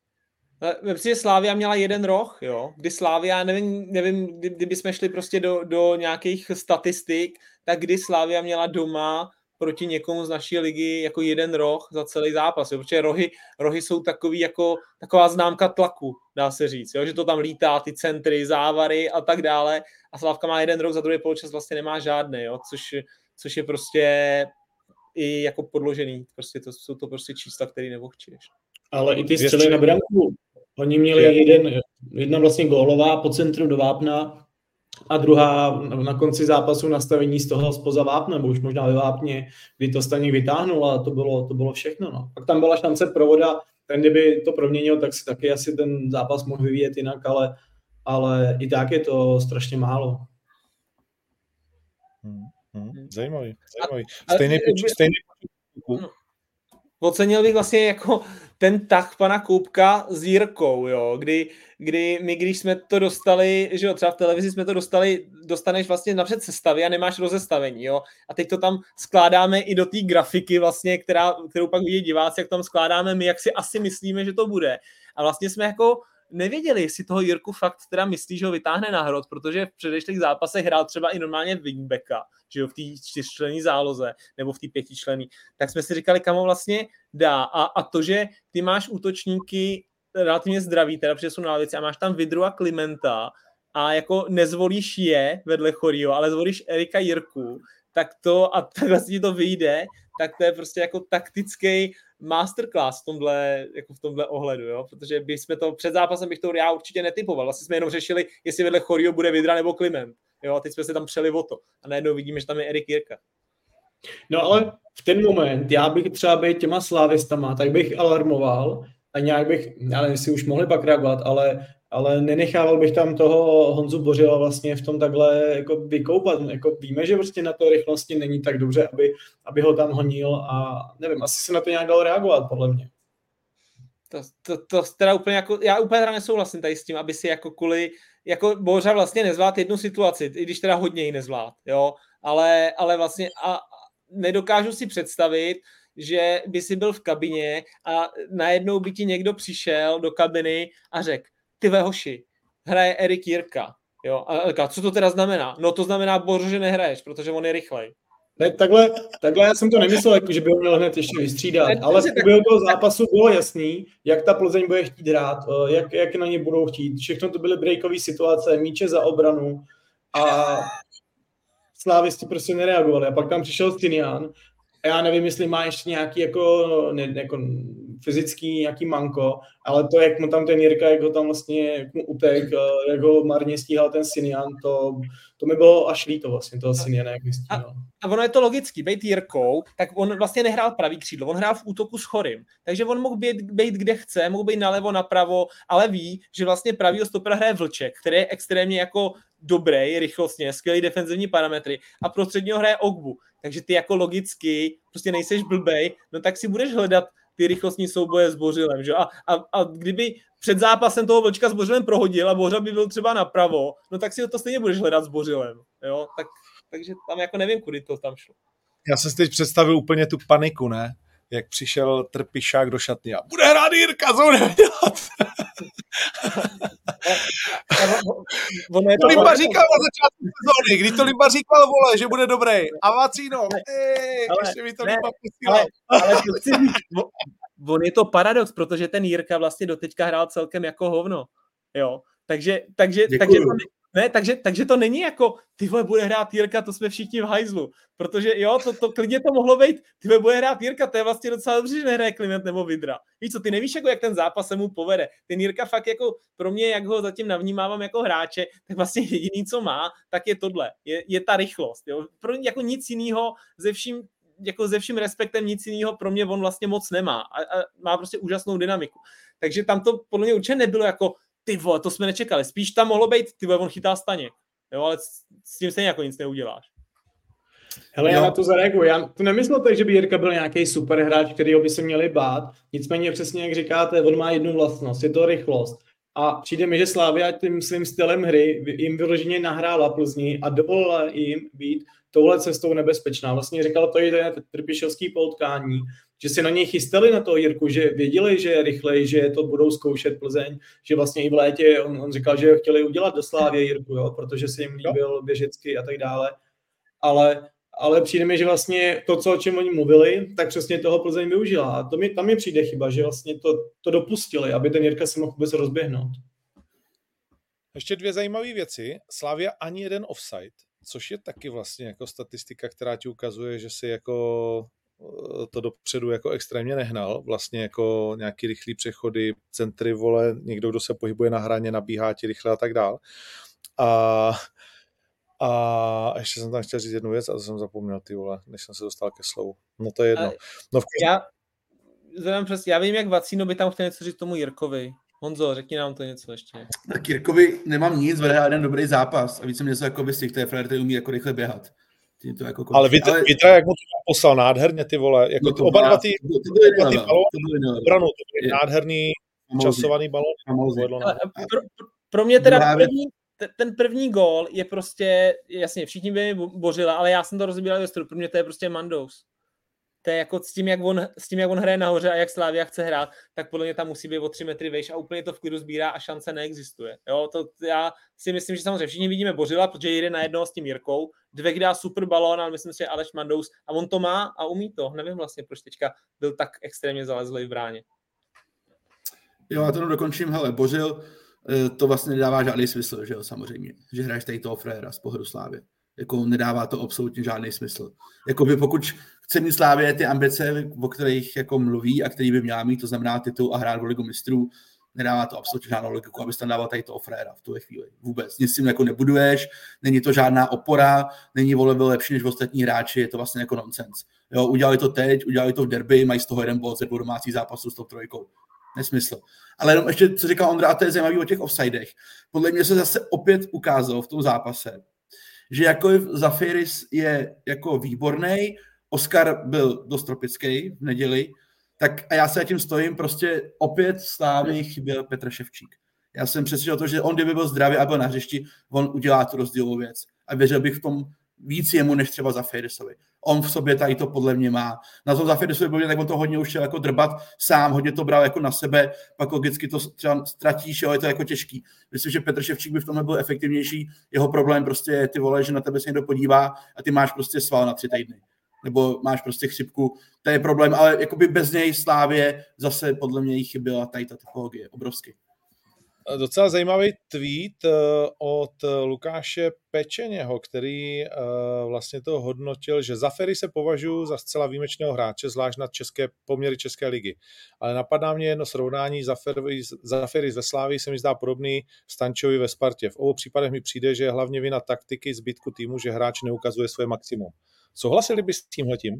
Ve přijde Slavia měla jeden roh, jo, kdy Slavia, nevím, nevím kdy, kdyby jsme šli prostě do, do nějakých statistik, tak kdy Slavia měla doma proti někomu z naší ligy jako jeden roh za celý zápas, jo? Protože rohy, rohy jsou takový jako, taková známka tlaku, dá se říct, jo? Že to tam lítá, ty centry, závary a tak dále a Slávka má jeden roh, za druhý poločas vlastně nemá žádný, jo? Což, což je prostě i jako podložený, prostě to, jsou to prostě čísla, které nevohčíš. Ale i ty střely na branku, oni měli jeden, jedna vlastně gólová po centru do vápna, a druhá na konci zápasu nastavení z toho spoza vápna, nebo už možná ve vápně, kdy to Staněk vytáhnul a to bylo, to bylo všechno. No. Pak tam byla šance provoda, ten kdyby to proměnil, tak si taky asi ten zápas mohl vyvíjet jinak, ale, ale i tak je to strašně málo. Hmm, hmm, zajímavý, zajímavý. Stejný počet, stejný počet. Ocenil bych vlastně jako ten tah pana Koubka s Jirkou, jo, kdy, kdy my, když jsme to dostali, že jo, třeba v televizi jsme to dostali, dostaneš vlastně napřed sestavy a nemáš rozestavení, jo, a teď to tam skládáme i do té grafiky vlastně, která, kterou pak vidí diváci, jak tam skládáme my, jak si asi myslíme, že to bude. A vlastně jsme jako nevěděli, jestli toho Jirku fakt teda myslí, že ho vytáhne na hrot, protože v předešlých zápasech hrál třeba i normálně wingbacka, že jo, v té čtyřčlenné záloze nebo v té pětičlenné, tak jsme si říkali, kam ho vlastně dá. A, a to, že ty máš útočníky relativně zdraví, teda protože jsou na lavici a máš tam Vydru a Klimenta a jako nezvolíš je vedle Chorího, ale zvolíš Erika Jirku, tak to a tak vlastně to vyjde, tak to je prostě jako taktický masterclass v tomhle, jako v tomhle ohledu, jo? Protože bychom to před zápasem bych to já určitě netypoval. Vlastně jsme jenom řešili, jestli vedle Chorího bude Vydra nebo Kliment. Jo? A teď jsme se tam přeli o to. A najednou vidíme, že tam je Erik Jirka. No ale v ten moment, já bych třeba být těma slávistama, tak bych alarmoval a nějak bych, já nevím, jestli už mohli pak reagovat, ale, ale nenechával bych tam toho Honzu Bořila vlastně v tom takhle jako vykoupat. Jako víme, že prostě na to rychlosti není tak dobře, aby, aby ho tam honil a nevím, asi se na to nějak dalo reagovat, podle mě. To, to, to teda úplně jako, já úplně teda nesouhlasím tady s tím, aby si jako kvůli, jako Bořa vlastně nezvlád jednu situaci, i když teda hodně ji nezvlád, jo, ale, ale vlastně a, a nedokážu si představit, že by si byl v kabině a najednou by ti někdo přišel do kabiny a řekl, ty ve hoši, hraje Erik Jirka, jo, a říká, co to teda znamená? No to znamená, Bořo, že nehraješ, protože on je rychlej. Ne, takhle, takhle já jsem to nemyslel, jako, že by ho měl hned ještě vystřídat, ne, ale v průběhu toho zápasu bylo jasný, jak ta Plzeň bude chtít hrát, jak, jak na ně budou chtít. Všechno to byly breakové situace, míče za obranu a slávisti prostě nereagovali. A pak tam přišel Stinian a já nevím, jestli má ještě nějaký jako, ne, jako fyzický nějaký manko, ale to, jak mu tam ten Jirka, jak ho tam vlastně jak mu utek, jak ho marně stíhal ten Stinian, to, to mi bylo až líto vlastně toho Stiniana, jak mi stíhal. A ono je to logický, bejt Jirkou, tak on vlastně nehrál pravý křídlo, on hrál v útoku s Chorým, takže on mohl být, být kde chce, mohl být nalevo, napravo, ale ví, že vlastně pravýho stopera hraje Vlček, který je extrémně jako dobrý, rychlostně, skvělý defenzivní parametry a prostředního hraje Ogbu, takže ty jako logicky prostě nejseš blbej, no tak si budeš hledat ty rychlostní souboje s Bořilem, že? A, a, a kdyby před zápasem toho Vlčka s Bořilem prohodil a Bořa by byl třeba napravo, no tak si to stejně budeš hledat s Bořilem, jo, tak takže tam jako nevím, kudy to tam šlo. Já jsem si teď představil úplně tu paniku, ne? Jak přišel Trpišák do šatny a bude hrát Jirka, co bude dělat? to Limba říkal na začátku sezóny, když to Limba říkal, vole, že bude dobrý. A Vacíno, ej, ještě mi to Limba posílal. Ale, ale to chci říct, on je to paradox, protože ten Jirka vlastně doteďka hrál celkem jako hovno. Jo, takže, takže, takže to, ne, takže, takže to není jako, ty vole, bude hrát Jirka, to jsme všichni v hajzlu, protože jo, to, to klidně to mohlo být, ty vole, bude hrát Jirka, to je vlastně docela dobře, že nehraje Kliment nebo Vydra. Víš co, ty nevíš, jako, jak ten zápas se mu povede. Ten Jirka fakt jako, pro mě, jak ho zatím navnímávám jako hráče, tak vlastně jediný, co má, tak je tohle, je, je ta rychlost, jo. Pro jako nic jiného, ze vším, jako ze vším respektem nic jiného pro mě on vlastně moc nemá a, a má prostě úžasnou dynamiku. Takže tam to podle mě určitě nebylo jako ty vole, to jsme nečekali. Spíš tam mohlo být, ty vole, on chytá Staněk. Jo, ale s tím stejně jako nic neuděláš. Hele, já na to zareaguju. Já to nemyslel tak, že by Jirka byl nějaký super hráč, kterýho by se měli bát. Nicméně přesně jak říkáte, on má jednu vlastnost, je to rychlost. A přijde mi, že Slavia tím svým stylem hry jim vyloženě nahrála Plzni a dovolila jim být touhle cestou nebezpečná. Vlastně říkal to i Trpišovský poutkání, že si na něj chystali na toho Jirku, že věděli, že je rychlej, že to budou zkoušet Plzeň, že vlastně i v létě on, on říkal, že chtěli udělat do Slávie Jirku, jo, protože se jim líbil běžecky a tak dále. Ale, ale přijde mi, že vlastně to, co, o čem oni mluvili, tak přesně toho Plzeň využila. A to mi, tam mi přijde chyba, že vlastně to, to dopustili, aby ten Jirka se mohl vůbec rozběhnout. Ještě dvě zajímavé věci. Slavia ani jeden offside, což je taky vlastně jako statistika, která ti ukazuje, že si jako to dopředu jako extrémně nehnal, vlastně jako nějaký rychlý přechody, centry, vole, někdo, kdo se pohybuje na hraně, nabíhá ti rychle a tak dál. A, a ještě jsem tam chtěl říct jednu věc a to jsem zapomněl, ty vole, než jsem se dostal ke slovu. No to je jedno. No v... já, já vím, jak Vacíno by tam chtěl něco říct tomu Jirkovi. Honzo, řekni nám to něco ještě. Tak Jirkovi nemám nic, vede jeden dobrý zápas a víc jsem něco jako by z těch, té frajer, který umí jako rychle běhat. To jako ale Vidra, ale... Vidra, jak mu to poslal nádherně, ty vole, jako no to oba dva ty, to, to byly oba ty balóny, to byly obranu, to byly nádherný časovaný balón. Pro, pro mě teda první, ten první gól je prostě, jasně, všichni by mi bořili, ale já jsem to rozbíral ve stru, pro mě to je prostě Mandous. To je jako s tím, jak on, s tím, jak on hraje nahoře a jak Slavia chce hrát, tak podle mě tam musí být o tři metry vejš a úplně to v klidu sbírá a šance neexistuje. Jo, to já si myslím, že samozřejmě všichni vidíme Bořila, protože jde na jednoho s tím Jirkou, Dvek dá super balón, ale myslím si, že Aleš Mandous a on to má a umí to. Nevím vlastně, proč teďka byl tak extrémně zalezlý v bráně. Jo, já to jenom dokončím, hele, Bořil, to vlastně nedává žádný smysl, že jo, samozřejmě, že hraješ tady toho fréra z pohledu Slávy. Jako nedává to absolutně žádný smysl. Jakoby pokud chce mít Slávě ty ambice, o kterých jako mluví a který by měla mít, to znamená titul a hrát o ligu mistrů, nedává to absolutně žádnou logiku, abys tam dával tady toho fréra v tuhle chvíli. Vůbec. Nic s tím jako nebuduješ, není to žádná opora, není vole byl lepší než ostatní hráči, je to vlastně jako nonsens. Jo, udělali to teď, udělali to v derby, mají z toho jeden bod ze dvou domácích zápasů s tou trojkou. Nesmysl. Ale jenom ještě, co říkal Ondra, a to je zajímavý o těch offsidech. Podle mě se zase opět ukázalo v tom zápase, že jako Zafiris je jako výborný, Oskar byl dost tropický v neděli, tak a já se tím stojím, prostě opět Slávy chyběl Petr Ševčík. Já jsem přesvědčil to, že on, kdyby byl zdravý a byl na hřišti, on udělá tu rozdílovou věc. A věřil bych v tom víc jemu, než třeba Zafirisovi. On v sobě tady to podle mě má. Na tom Zafirisovi byl, tak on to hodně už chtěl jako drbat sám, hodně to bral jako na sebe, pak logicky to třeba ztratíš, jo, je to jako těžký. Myslím, že Petr Ševčík by v tomhle byl efektivnější. Jeho problém prostě je, ty vole, že na tebe se někdo podívá a ty máš prostě sval na tři týdny. Nebo máš prostě chřipku, to je problém, ale jakoby bez něj Slávě zase podle mě jí chyběla tady ta typologie, obrovsky. Docela zajímavý tweet od Lukáše Pečeněho, který vlastně to hodnotil, že Zafery se považuji za zcela výjimečného hráče, zvlášť na české poměry České ligy. Ale napadá mě jedno srovnání Zafery ve Slávii se mi zdá podobný Stančovi ve Spartě. V obou případech mi přijde, že je hlavně vina taktiky zbytku týmu, že hráč neukazuje svoje maximum. Souhlasili bys s tímhletím?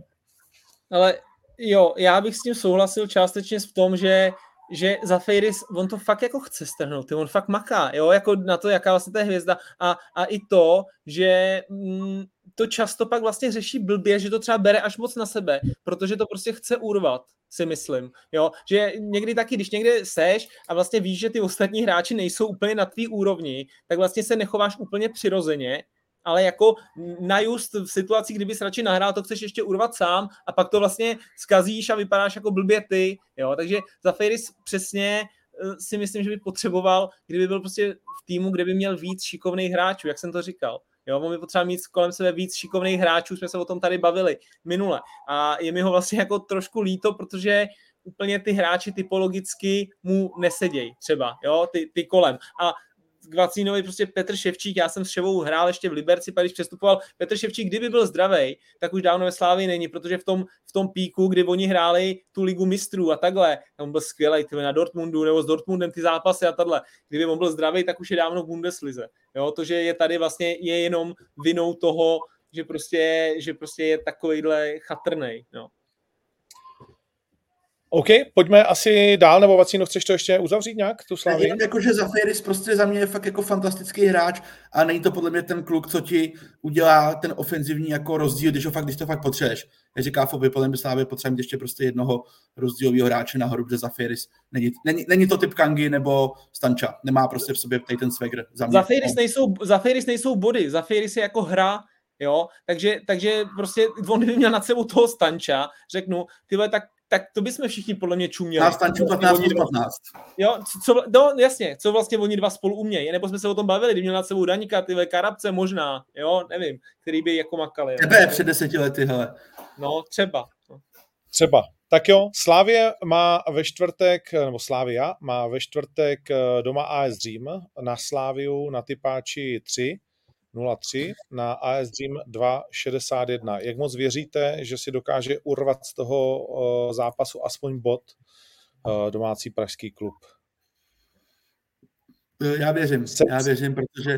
Ale jo, já bych s tím souhlasil částečně v tom, že že Zafiris, on to fakt jako chce strhnout, on fakt maká, jo, jako na to, jaká vlastně to je hvězda a, a i to, že mm, to často pak vlastně řeší blbě, že to třeba bere až moc na sebe, protože to prostě chce urvat, si myslím, jo, že někdy taky, když někde seš a vlastně víš, že ty ostatní hráči nejsou úplně na tvý úrovni, tak vlastně se nechováš úplně přirozeně, ale jako na just v situaci, kdybys radši nahrál, to chceš ještě urvat sám a pak to vlastně zkazíš a vypadáš jako blbě ty, jo, takže Zafiris přesně si myslím, že by potřeboval, kdyby byl prostě v týmu, kde by měl víc šikovných hráčů, jak jsem to říkal, jo, on by potřeboval mít kolem sebe víc šikovných hráčů, jsme se o tom tady bavili minule a je mi ho vlastně jako trošku líto, protože úplně ty hráči typologicky mu nesedějí třeba, jo, ty, ty kolem a k Vacínovi prostě Petr Ševčík, já jsem s Ševou hrál ještě v Liberci, pak když přestupoval Petr Ševčík, kdyby byl zdravej, tak už dávno ve Slávii není, protože v tom, v tom píku, kdy oni hráli tu ligu mistrů a takhle, tam byl skvělej, ty na Dortmundu nebo s Dortmundem ty zápasy a takhle, kdyby on byl zdravej, tak už je dávno v Bundeslize. Jo, to, že je tady vlastně je jenom vinou toho, že prostě, že prostě je takovejhle chatrnej, no. OK, pojďme asi dál, nebo Vacíno, chceš to ještě uzavřít nějak, tu Slávii? Jenom jako, že Zafiris prostě za mě je fakt jako fantastický hráč a není to podle mě ten kluk, co ti udělá ten ofenzivní jako rozdíl, když, ho fakt, když to fakt potřebuješ. Jak říká Foby, podle mě Slávě potřebujeme ještě prostě jednoho rozdílového hráče nahoru, protože Zafiris není, není, není to typ Kangy nebo Stanča, nemá prostě v sobě tady ten swagger. Za mě. Zafiris nejsou, Zafiris nejsou body, Zafiris je jako hra, jo, takže, takže prostě on by měl nad sebou toho Stanča, řeknu, tyhle, tak tak to bychom všichni podle mě čuměli. Na Stanču patnáct patnáct. Jo, co, no, jasně, co vlastně oni dva spolu umějí, nebo jsme se o tom bavili, kdy měl nad sebou Daňka, tyhle Karabce možná, jo, nevím, který by jako makali. Tebe před deseti lety, hele. No, třeba. Třeba. Tak jo, Slavie má ve čtvrtek, nebo Slavia má ve čtvrtek doma A S Řím, na Slaviu na Typáči tři nula tři, na A S Řím dva šedesát jedna. Jak moc věříte, že si dokáže urvat z toho uh, zápasu aspoň bod uh, domácí pražský klub? Já věřím, já věřím, protože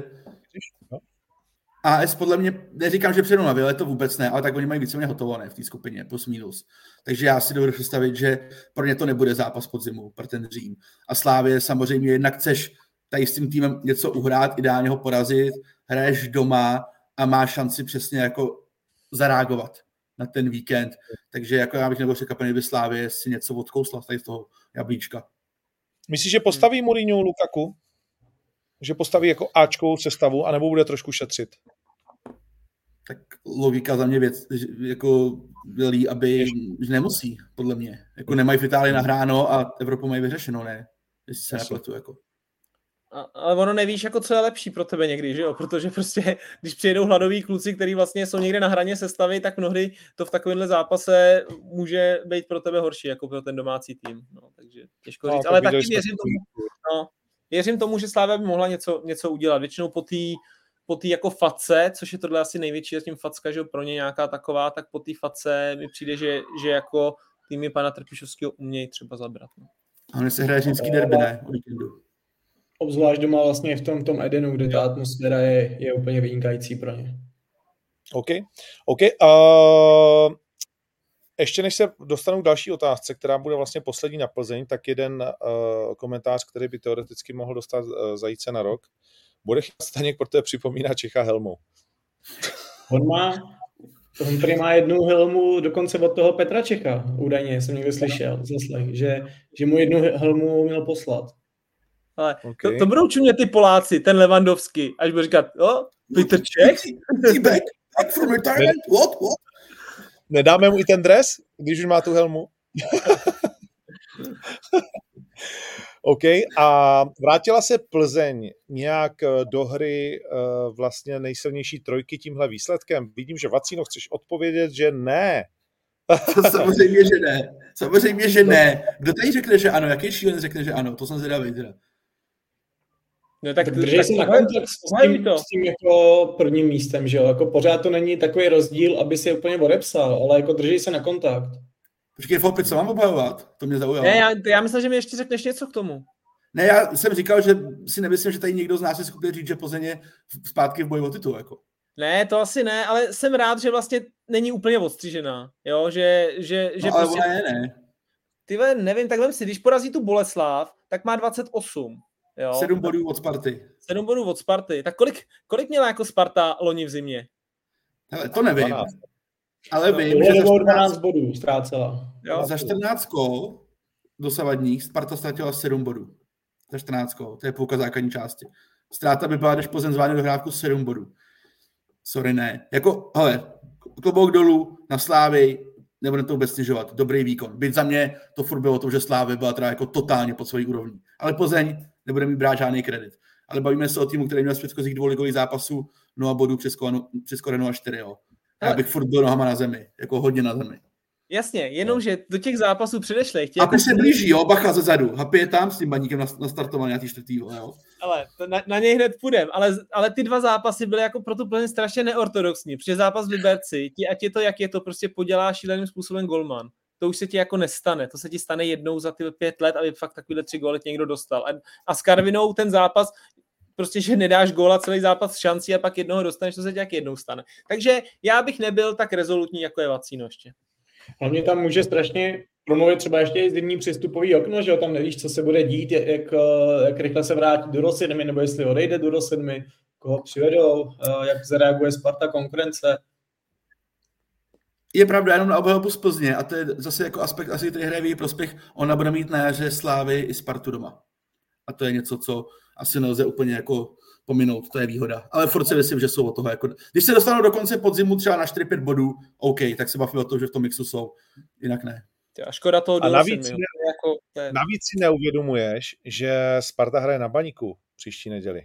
A S podle mě, neříkám, že předu na ale to vůbec ne, ale tak oni mají víceméně hotovo, ne, v té skupině, plus minus. Takže já si dovedu představit, že pro ně to nebude zápas podzimu, pro ten Řím. A Slávě samozřejmě jednak chceš tady s tím týmem něco uhrát, ideálně ho porazit, hraješ doma a máš šanci přesně jako zareagovat na ten víkend. Takže jako já bych nebyl překvapený, kdyby Slávě si něco odkousla tady z toho jablíčka. Myslíš, že postaví Mourinho Lukaku? Že postaví jako áčkovou sestavu, anebo bude trošku šetřit? Tak logika za mě věc, jako velí, aby že nemusí, podle mě. Jako nemají v Itálii nahráno a Evropu mají vyřešeno, ne? Jestli se nepletu, jako. A, ale ono nevíš, jako co je lepší pro tebe někdy, že jo? Protože prostě, když přijedou hladoví kluci, kteří vlastně jsou někde na hraně sestavy, tak mnohdy to v takovémhle zápase může být pro tebe horší, jako pro ten domácí tým. No, takže těžko říct. No, ale taky věřím tomu, no, věřím tomu, že Slavia by mohla něco, něco udělat. Většinou po té po té jako face, což je tohle asi největší tím facka, že pro ně nějaká taková, tak po té face mi přijde, že, že jako týmy pana Trpišovského umějí třeba zabrat. No. A on se hraje římský derby, ne? Obzvlášť doma vlastně v tom, tom Edenu, kde ta atmosféra je, je úplně vynikající pro ně. OK. OK. Uh, ještě než se dostanu k další otázce, která bude vlastně poslední na Plzeň, tak jeden uh, komentář, který by teoreticky mohl dostat uh, Zajíce na rok. Bude Staněk, protože připomíná Čecha helmou. On má, on prý má jednu helmu dokonce od toho Petra Čecha, údajně jsem někde slyšel, zaslech, že, že mu jednu helmu měl poslat. Ale okay. to, to budou čumět ty Poláci, ten Lewandowski, až bude říkat, o, Petr Čech? back, back from retirement, what, what? Nedáme mu i ten dres, když už má tu helmu? OK, a vrátila se Plzeň nějak do hry uh, vlastně nejsilnější trojky tímhle výsledkem? Vidím, že Vacíno, chceš odpovědět, že ne. Samozřejmě, že ne. Samozřejmě, že ne. Kdo tady řekne, že ano? Jaký šílen řekne, že ano? To jsem zvědavý teda. No tak, tak držej si na kontakt s tím, s tím jako prvním místem, že jo? Jako pořád to není takový rozdíl, aby si je úplně odepsal, ale jako držej se na kontakt. Počkej, Fopi, co mám obhajovat? To mě zaujalo. Ne, já, já myslím, že mi ještě řekneš něco k tomu. Ne, já jsem říkal, že si nemyslím, že tady někdo z nás je schopný říct, že Plzeň je zpátky v boji o titul, jako. Ne, to asi ne, ale jsem rád, že vlastně není úplně odstřížená, jo, že... že, že no, ale prostě... ona je, ne. Ty nevím, tak vem si, když porazí tu Boleslav, tak má dvacet osm, jo. sedm bodů od Sparty. sedm bodů od Sparty. Tak kolik, kolik měla jako Sparta loni v zimě? Hele, to nevím. dvanáct. Ale no, vím, že za čtrnáct, dvanáct bodů ztrácela. Jo? Za čtrnáct kol dosavadních Sparta ztratila sedm bodů. Za čtrnáct kol, to je půlka základní části. Ztráta by byla, když Plzeň zvládne dohrávku sedm bodů. Sorry, ne. Jako, hele, klobouk dolů na Slávy, nebudeme to vůbec snižovat. Dobrý výkon. Byť za mě to furt bylo to, že Slávy byla teda jako totálně pod svojí úrovní. Ale Plzeň nebude mít brát žádný kredit. Ale bavíme se o týmu, který měl z předchozích dvou ligových zápasů nula bodů přes skoro nula čtyři, jo. Já bych furt byl nohama na zemi, jako hodně na zemi. Jasně, jenomže do těch zápasů předešlých... Happy jako se blíží, jo, bacha ze zadu. Happy je tam s tím baníkem nastartovaný na tý čtvrtý, jo. Ale na, na něj hned půjdem, ale, ale ty dva zápasy byly jako pro tu Plzeň strašně neortodoxní. Protože zápas v Liberci, ti, ať je to, jak je to, prostě podělá šíleným způsobem golman. To už se ti jako nestane. To se ti stane jednou za ty pět let, aby fakt takovýhle tři góly někdo dostal. A, a s Karvinou ten zápas, prostě, že nedáš góla celý zápas šancí a pak jednoho dostaneš, to se ti jak jednou stane. Takže já bych nebyl tak rezolutní, jako je Vacíno ještě. Hlavně tam může strašně promluvit třeba ještě i zimní přestupový okno, že jo, tam nevíš, co se bude dít, jak, jak rychle se vrátí do sedmi, nebo jestli odejde do sedmi, koho přivedou, jak zareaguje Sparta, konkurence. Je pravda, jenom na obhajobu z Plzně, a to je zase jako aspekt, asi který hraje v její prospěch, ona bude mít na jaře Slávy i Spartu doma. A to je něco, co asi nelze úplně jako pominout, to je výhoda. Ale furt si myslím, že jsou od toho jako... Když se dostanou do konce podzimu třeba na čtyři pět bodů, OK, tak se bavíme o tom, že v tom mixu jsou. Jinak ne. A škoda toho a navíc, ne, jako, je... navíc si neuvědomuješ, že Sparta hraje na Baníku příští neděli.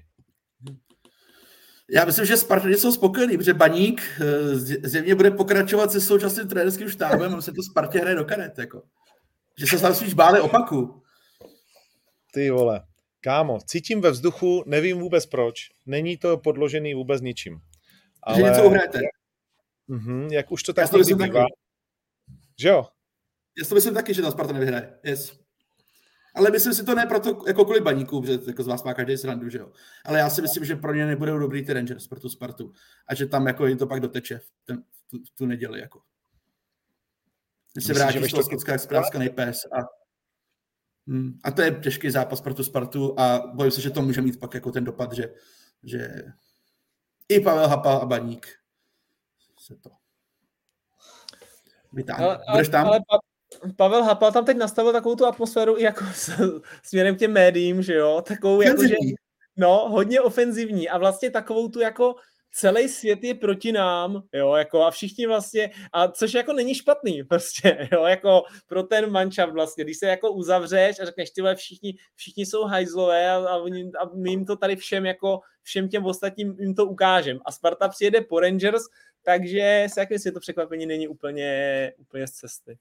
Já myslím, že Sparta jsou spokojený, protože Baník zjevně bude pokračovat se současným trenérským štábem a se to Spartě hraje do karet. Jako. Že se tam spíš báli opaku. Ty vole. Kámo, cítím ve vzduchu, nevím vůbec proč. Není to podložený vůbec ničím. Ale... Že něco uhrajete. Mm-hmm, jak už to tak někdy bývá. Že jo? Já to myslím taky, že ta Sparta nevyhraje. Yes. Ale myslím si to ne proto jako kvůli Baníku, protože jako z vás má každý srandu, že jo. Ale já si myslím, že pro ně nebudou dobrý ty Rangers pro tu Spartu. A že tam jako jim to pak doteče v, ten, v, tu, v tu neděli. Jako. Když se vrátí z toho skotská správskaný pes a Hmm. A to je těžký zápas pro tu Spartu a bojím se, že to může mít pak jako ten dopad, že, že i Pavel Hapa a Baník se to Vytáhne. Budeš tam? Ale pa, Pavel Hapal tam teď nastavil takovou tu atmosféru i jako s, směrem k těm médiím, že jo, takovou jako, že, no, hodně ofenzivní a vlastně takovou tu jako celý svět je proti nám, jo, jako a všichni vlastně, a což jako není špatný, prostě, jo, jako pro ten manšaft vlastně, když se jako uzavřeš a řekneš, tyhle všichni, všichni jsou hajzlové a, a, a my jim to tady všem jako, všem těm ostatním jim to ukážem. A Sparta přijede po Rangers, takže si jak myslím, to překvapení není úplně, úplně z cesty.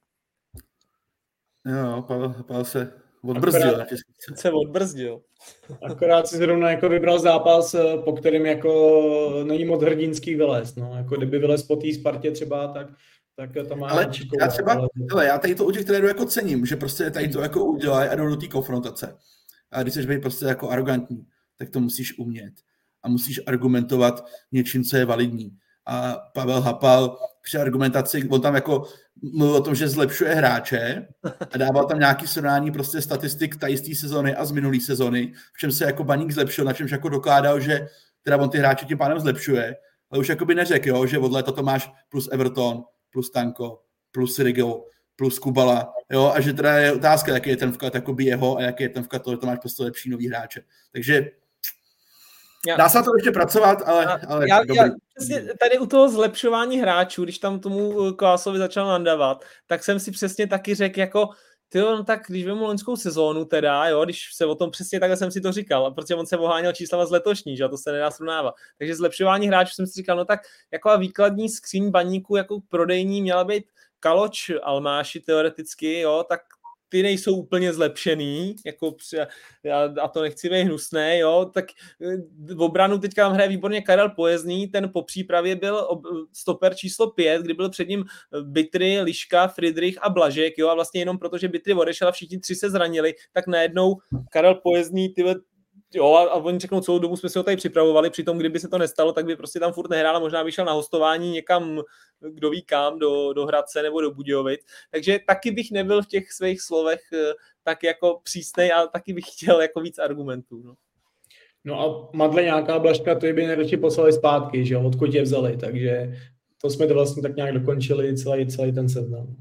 Jo, Pavel, Pavel se odbrzdil. Akorát, se odbrzdil. Akorát si zrovna jako vybral zápas, po kterém jako není moc hrdinský vylez. No. Jako kdyby vylez po té Spartě třeba, tak, tak tam má... Ale já třeba, ale... hele, já tady to u těch trenérů jako cením, že prostě tady to jako udělají a jdou do té konfrontace. A když chceš být prostě jako arrogantní, tak to musíš umět. A musíš argumentovat něčím, co je validní. A Pavel Hapal při argumentaci, on tam jako mluvil o tom, že zlepšuje hráče a dával tam nějaký srovnání prostě statistik tady z té sezony a z minulé sezony, v čem se jako Baník zlepšil, na čemž jako dokládal, že teda on ty hráče tím pádem zlepšuje, ale už jako by neřekl, jo, že od léta to máš plus Everton, plus Tanko, plus Rigo, plus Kubala, jo, a že teda je otázka, jaký je ten vklad jakoby jeho a jaký je ten vklad toho, že to máš prostě lepší nový hráče. Takže já, dá se na to ještě pracovat, ale... ale já, já, přesně tady u toho zlepšování hráčů, když tam tomu Klásovi začal nandavat, tak jsem si přesně taky řekl, jako, tyjo, no tak když vemu loňskou sezónu teda, jo, když se o tom přesně takhle jsem si to říkal, protože on se oháněl čísla z letošní, že a to se nedá srovnávat. Takže zlepšování hráčů jsem si říkal, no tak jako výkladní skříň Baníku jako prodejní měla být Kaloč, Almáši teoreticky, jo, tak ty nejsou úplně zlepšený, jako a to nechci být hnusné, jo, tak v obranu teďka tam hraje výborně Karel Pojezdný, ten po přípravě byl stoper číslo pět, kdy byl před ním Bitry, Liška, Friedrich a Blažek, jo, a vlastně jenom protože Bitry odešel a všichni tři se zranili, tak najednou Karel Pojezdný, ty jo, a, a oni řeknou, celou dobu jsme si ho tady připravovali, přitom kdyby se to nestalo, tak by prostě tam furt nehrál a možná by šel na hostování někam, kdo ví kam, do, do Hradce nebo do Budějovic. Takže taky bych nebyl v těch svých slovech tak jako přísnej, ale taky bych chtěl jako víc argumentů. No, no a Madle nějaká Blažka, to by nejradši poslali zpátky, že jo, odkud je vzali, takže to jsme to vlastně tak nějak dokončili celý, celý ten seznam.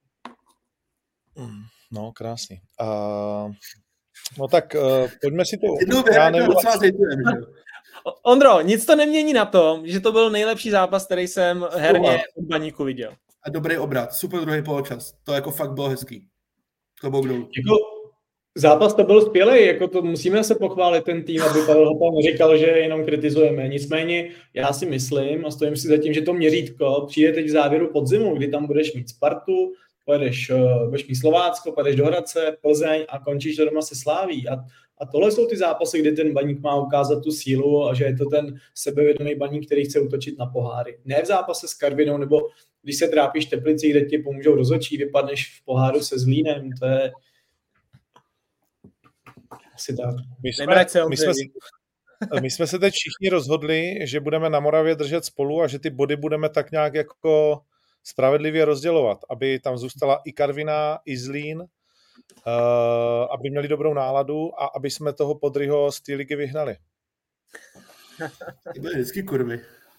No, krásný. Uh... No tak uh, pojďme si to... Jednou vyhrát docela zejtujem, že? Ondro, nic to nemění na tom, že to byl nejlepší zápas, který jsem herně od Baníku viděl. A dobrý obrat, super druhý poločas. To jako fakt bylo hezký. Klobouk dolů. Jako zápas to byl skvělý, jako to musíme se pochválit ten tým, aby Pavel Hapal neříkal, že jenom kritizujeme. Nicméně já si myslím a stojím si za tím, že to měřítko přijde teď v závěru podzimu, kdy tam budeš mít Spartu, pojedeš, budeš mít Slovácko, pojedeš do Hradce, Plzeň a končíš to doma se Sláví. A, a tohle jsou ty zápasy, kdy ten Baník má ukázat tu sílu a že je to ten sebevědomý Baník, který chce útočit na poháry. Ne v zápase s Karvinou, nebo když se trápíš v Teplici, kde ti pomůžou rozhodčí, vypadneš v poháru se Zlínem, to je asi tak. My jsme, my, jsme, my jsme se teď všichni rozhodli, že budeme na Moravě držet spolu a že ty body budeme tak nějak jako spravedlivě rozdělovat, aby tam zůstala i Karviná, i Zlín, uh, aby měli dobrou náladu a aby jsme toho Podryho z té ligy vyhnali. To byly vždycky kurvy.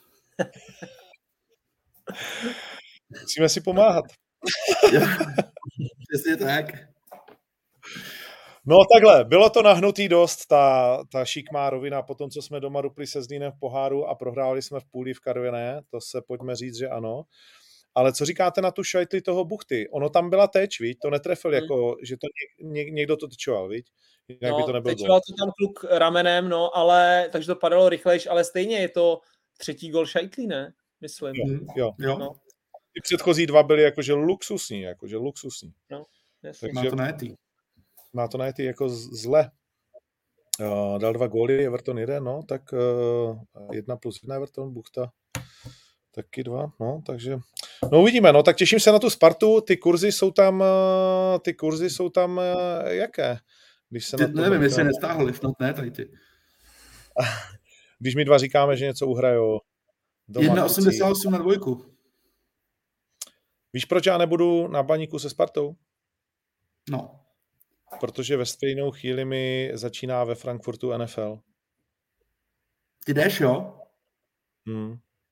Musíme si pomáhat. Přesně tak. No takhle, bylo to nahnutý dost, ta, ta šikmá rovina, po tom, co jsme doma rupli se Zlínem v poháru a prohráli jsme v půli v Karviné, to se pojďme říct, že ano. Ale co říkáte na tu šajtli toho Buchty? Ono tam byla teč, viď? To netrefil hmm. jako, že to ně, někdo to tečoval, viď? Jinak no, by to nebyl tečoval to tam kluk ramenem, no, ale, takže to padalo rychlejš, ale stejně je to třetí gol šajtlí, ne? Myslím. Jo, jo. jo. No. Ty předchozí dva byly jakože luxusní, jakože luxusní. No, takže, má to najetý. Má to najetý jako zle. Uh, dal dva góly, Everton jeden, no, tak uh, jedna plus jedna Everton, Buchta taky dva, no, takže no uvidíme, no, tak těším se na tu Spartu, ty kurzy jsou tam, ty kurzy jsou tam jaké? Když se ty, na to nevím, jestli nestáhli, snad ne, tady ty. Když my dva říkáme, že něco uhrajou. jedna osmdesát osm na dvojku. Víš, proč já nebudu na Baníku se Spartou? No. Protože ve stejnou chvíli mi začíná ve Frankfurtu N F L. Ty jdeš, jo? Hmm.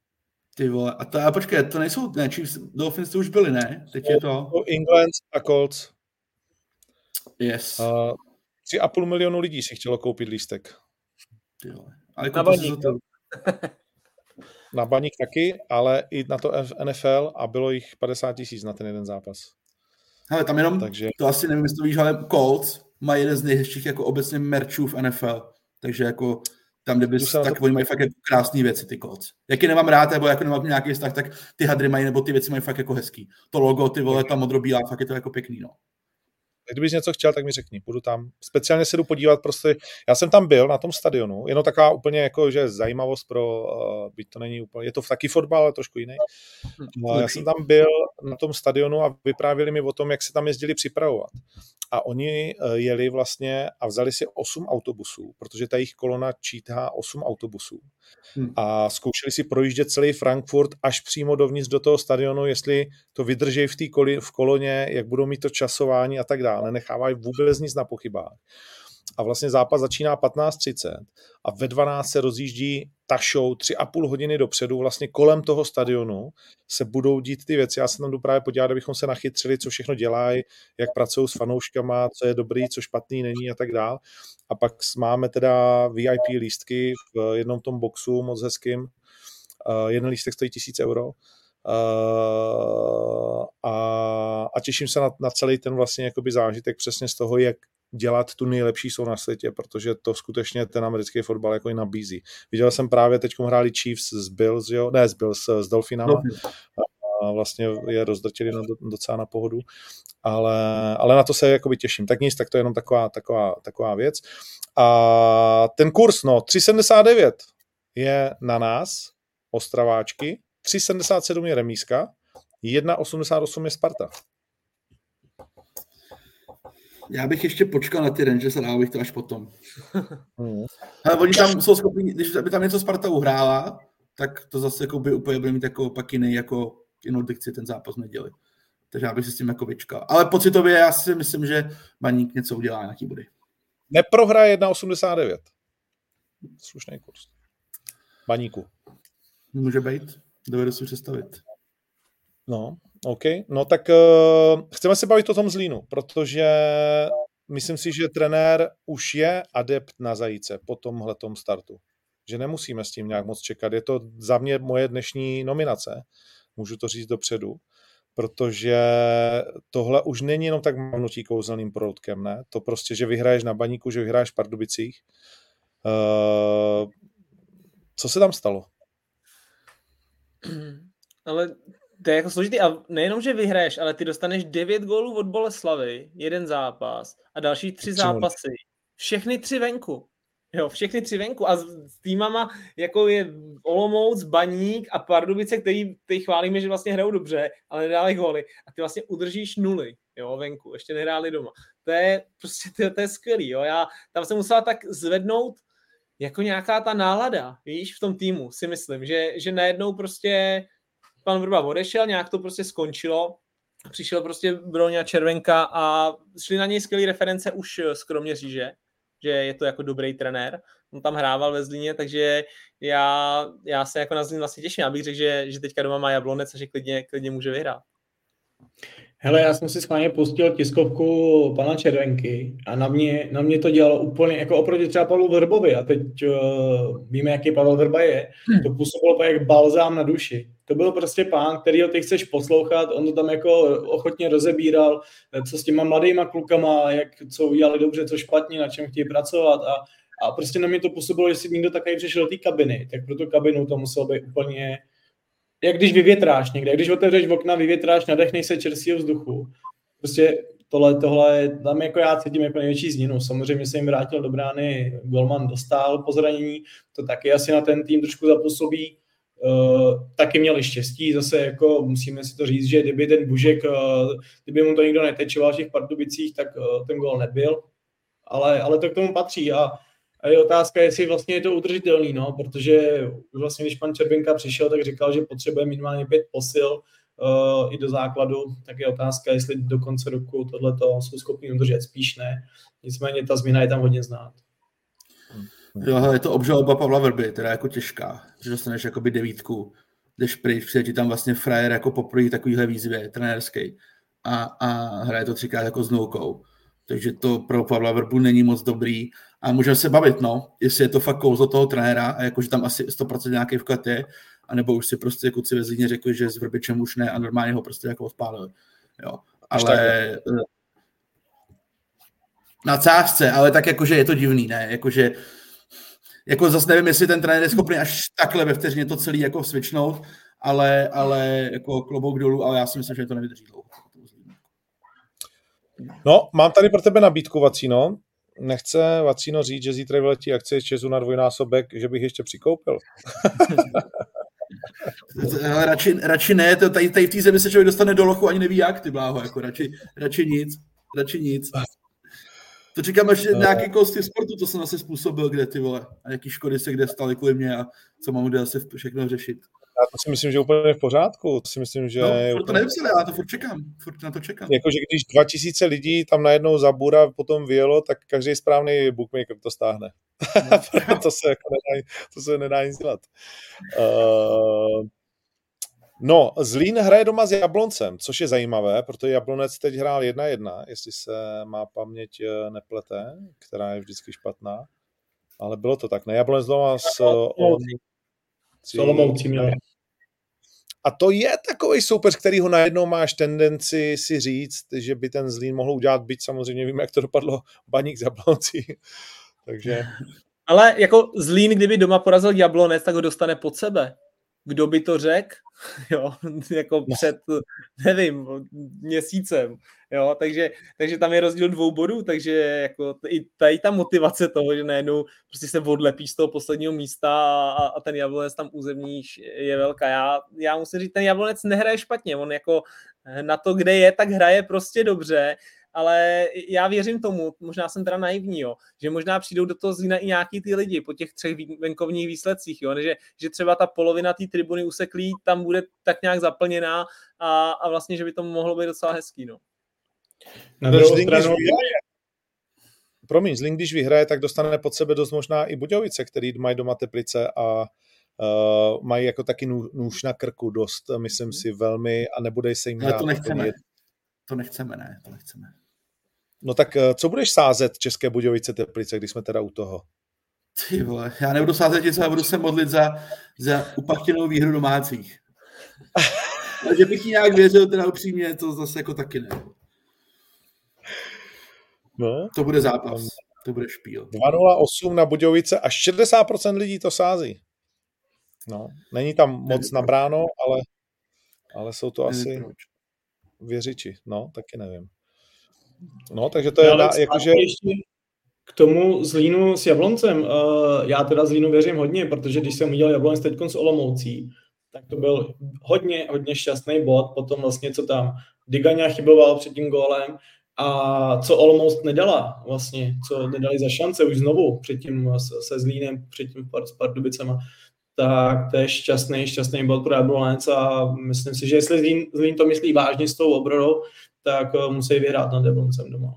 Ty vole, a to, a počkej, to nejsou, ne, Chiefs, Dolphins to už byli, ne? Teď je to... England a Colts. Yes. Uh, tři a půl milionu lidí si chtělo koupit lístek. Ty vole. Ale Na baník, to... Na baník taky, ale i na to N F L a bylo jich padesát tisíc na ten jeden zápas. Hele, tam jenom, takže... to asi nevím, jestli to víš, ale Colts má jeden z nejhezčích jako obecně merchů v N F L. Takže jako tam, kde bys, tak to... oni mají fakt jako krásné věci, ty Colts. Jak je nemám rád, nebo jako nemám nějaký vztah, tak ty hadry mají, nebo ty věci mají fakt jako hezký. To logo, ty vole, ta modrobílá, fakt je to jako pěkný, no. Kdybys něco chtěl, tak mi řekni, půjdu tam. Speciálně se jdu podívat, prostě, já jsem tam byl na tom stadionu, jenom taková úplně jako, že zajímavost pro, uh, byť to není úplně, je to taky fotbal, ale trošku jiný. Uh, já jsem tam byl na tom stadionu a vyprávěli mi o tom, jak se tam jezdili připravovat. A oni uh, jeli vlastně a vzali si osm autobusů, protože ta jejich kolona čítá osm autobusů. Hmm. A zkoušeli si projíždět celý Frankfurt až přímo dovnitř do toho stadionu, jestli to vydrží v té koli, v koloně, jak budou mít to časování a tak dále. Nenechávají vůbec nic na pochybách. A vlastně zápas začíná patnáct třicet a ve dvanáct se rozjíždí ta show tři a půl hodiny dopředu, vlastně kolem toho stadionu se budou dít ty věci. Já se tam jdu právě podívat, abychom se nachytřili, co všechno dělají, jak pracují s fanouškama, co je dobrý, co špatný není a tak dále. A pak máme teda V I P lístky v jednom tom boxu moc hezkým. Uh, jeden lístek stojí tisíc euro. Uh, a, a těším se na, na celý ten vlastně jakoby zážitek přesně z toho, jak dělat tu nejlepší show na světě, protože to skutečně ten americký fotbal jako i nabízí. Viděl jsem právě, teďkom hráli Chiefs z Bills, jo? Ne z Bills, s Dolphinama. A vlastně je rozdrtili na, docela na pohodu. Ale, ale na to se jakoby těším. Tak nic, tak to je jenom taková, taková, taková věc. A ten kurz, no, tři sedmdesát devět je na nás, Ostraváčky, tři sedmdesát sedm je remízka, jedna osmdesát osm je Sparta. Já bych ještě počkal na ty Rangers a dál bych to až potom. Hmm. Ale oni tam jsou schopni, když by tam něco Sparta uhrála, tak to zase jako by úplně bude mít jako pak jiný jako jinou dikci ten zápas neděli. Takže já bych si s tím jako vyčkal. Ale pocitově já si myslím, že Baník něco udělá, nějaký body. Neprohraje jedna osmdesát devět. Slušný kurz. Baníku. Může být. Dovedu si představit. No, OK. No tak uh, chceme se bavit o tom Zlínu, protože myslím si, že trenér už je adept na zajíce po tomhletom startu. Že nemusíme s tím nějak moc čekat. Je to za mě moje dnešní nominace. Můžu to říct dopředu. Protože tohle už není jenom tak mávnutí kouzelným proutkem, ne? To prostě, že vyhraješ na Baníku, že vyhraješ v Pardubicích. Uh, co se tam stalo? Ale to je jako složitý. A nejenom, že vyhraješ, ale ty dostaneš devět gólů od Boleslavy, jeden zápas a další tři zápasy. Všechny tři venku. Jo, všechny tři venku a s týmama, jako je Olomouc, Baník a Pardubice, který, který chválíme, že vlastně hrajou dobře, ale nedávají góly. A ty vlastně udržíš nuly, jo, venku, ještě nehráli doma. To je prostě, to, to je skvělý, jo. Já tam jsem musela tak zvednout jako nějaká ta nálada, víš, v tom týmu, si myslím, že, že najednou prostě pan Vrba odešel, nějak to prostě skončilo, přišel prostě Broňa Červenka a šli na něj skvělý reference už z Kroměříže, že je to jako dobrý trenér. On tam hrával ve Zlíně, takže já, já se jako na Zlín vlastně těším. Já bych řekl, že, že teďka doma má Jablonec a že klidně, klidně může vyhrát. Hele, já jsem si schválně pustil tiskovku pana Červenky a na mě, na mě to dělalo úplně, jako oproti třeba Pavlu Vrbovi, a teď uh, víme, jaký Pavel Vrba je, to působilo jak balzám na duši. To byl prostě pán, kterýho ty chceš poslouchat, on to tam jako ochotně rozebíral, co s těma mladýma klukama, jak, co udělali dobře, co špatně, na čem chtějí pracovat a, a prostě na mě to působilo, že si někdo takový přišel do té kabiny, tak pro tu kabinu to muselo být úplně, jak když vyvětráš někde, když otevřeš okna, vyvětráš, nadechnej se čerstvého vzduchu. Prostě tohle, tohle, tam jako já cítím jako největší změnu. Samozřejmě se jim vrátil do brány, golman dostal po zranění, to taky asi na ten tým trošku zapůsobí. Uh, taky měli štěstí, zase jako musíme si to říct, že kdyby ten Bužek, uh, kdyby mu to nikdo netečoval v těch Pardubicích, tak uh, ten gól nebyl, ale, ale to k tomu patří a, a je otázka, jestli vlastně je to udržitelný, no, protože vlastně když pan Červenka přišel, tak říkal, že potřebuje minimálně pět posil uh, i do základu, tak je otázka, jestli do konce roku tohleto jsou schopni udržet, spíš ne, nicméně ta změna je tam hodně znát. Jo, je to obžaloba Pavla Vrby, teda jako těžká, že dostaneš jakoby devítku jdeš pryč, přijde ti tam vlastně frajer jako poprvé takovýhle výzvě, trenérský a, a hraje to třikrát jako s noukou. Takže to pro Pavla Vrbu není moc dobrý a můžeme se bavit, no, jestli je to fakt kouzlo toho trenéra a jakože tam asi sto procent nějaký vklad je, anebo už si prostě kluci ve Zlíně řekli, že s Vrbičem už ne a normálně ho prostě jako odpálili. Jo. Ale na cásce, ale tak jakože je to divný, ne, jakože jako zase nevím, jestli ten trenér je schopný až takhle ve vteřině to celý jako switchnout, ale, ale jako klobouk dolů, ale já si myslím, že to nevydrží dlouho. No, mám tady pro tebe nabídku, Vacíno. Nechce Vacíno říct, že zítra vyletí akcie z Česu na dvojnásobek, že bych ještě přikoupil? radši, radši ne, to tady, tady v té zemi se člověk dostane do lochu, ani neví jak, ty bláho, jako radši, radši nic, radši nic. To čekám až nějaký kosti sportu, to jsem asi způsobil, kde ty vole, a jaký škody se kde staly kvůli mě a co mám kde asi všechno řešit. Já to si myslím, že úplně v pořádku. To si myslím, že... No, je to úplně... nevím, já to furt čekám. Furt na to čekám. Jakože když dva tisíce lidí tam najednou za bura potom vyjelo, tak každý správný bookmaker to stáhne. No. to, se jako nedá, to se nedá nic dělat. Uh, no, Zlín hraje doma s Jabloncem, což je zajímavé, protože Jablonec teď hrál jedna jedna, jestli se má paměť neplete, která je vždycky špatná. Ale bylo to tak, ne? Jablonec doma s Olomoucí měli. A to je takový soupeř, kterýho najednou máš tendenci si říct, že by ten Zlín mohl udělat, byť samozřejmě víme, jak to dopadlo Baník z Jabloncí. Takže... Ale jako Zlín, kdyby doma porazil Jablonec, tak ho dostane pod sebe. Kdo by to řekl? Jo, jako před, nevím, měsícem. Jo, takže, takže tam je rozdíl dvou bodů, takže jako i tady ta motivace toho, že najednou prostě se odlepíš z toho posledního místa a, a ten Jablonec tam územníš je velká. Já, já musím říct, ten Jablonec nehraje špatně, on jako na to, kde je, tak hraje prostě dobře, ale já věřím tomu, možná jsem teda naivní, jo, že možná přijdou do toho Zlína i nějaký ty lidi po těch třech venkovních výsledcích, jo, že, že třeba ta polovina té tribuny useklí tam bude tak nějak zaplněná a, a vlastně, že by to mohlo být docela hezký, no. Na druhou Zlín, stranu... Promiň, Zlín, když vyhraje, tak dostane pod sebe dost možná i Budějovice, který mají doma Teplice a uh, mají jako taky nůž na krku dost, myslím si, velmi a nebude se jim dát. Ale to nechceme. To nechceme, ne, to nechceme. No tak co budeš sázet České Budějovice Teplice, když jsme teda u toho? Ty vole, já nebudu sázet nic, ale budu se modlit za, za upachtěnou výhru domácích. Ale že bych jí nějak věřil, teda upřímně, to zase jako taky ne. No. To bude zápas, to bude špíl. dva nula osm na Budějovice a šedesát procent lidí to sází. No, není tam moc nabráno, ale, ale jsou to asi... Proč. Věřiči, no, taky nevím. No, takže to je na, jakože... K tomu Zlínu s Jabloncem, uh, já teda Zlínu věřím hodně, protože když jsem udělal Jablonec teďkon s Olomoucí, tak to byl hodně, hodně šťastný bod, potom vlastně, co tam Digaňa chyboval před tím gólem a co Olomouc nedala vlastně, co nedali za šance už znovu předtím se Zlínem, předtím s Pardubicema, tak to je šťastný, šťastný bod pro Jablonec a myslím si, že jestli Zlín, Zlín to myslí vážně s tou obrodou, tak uh, musí vyhrát nad Jabloncem doma.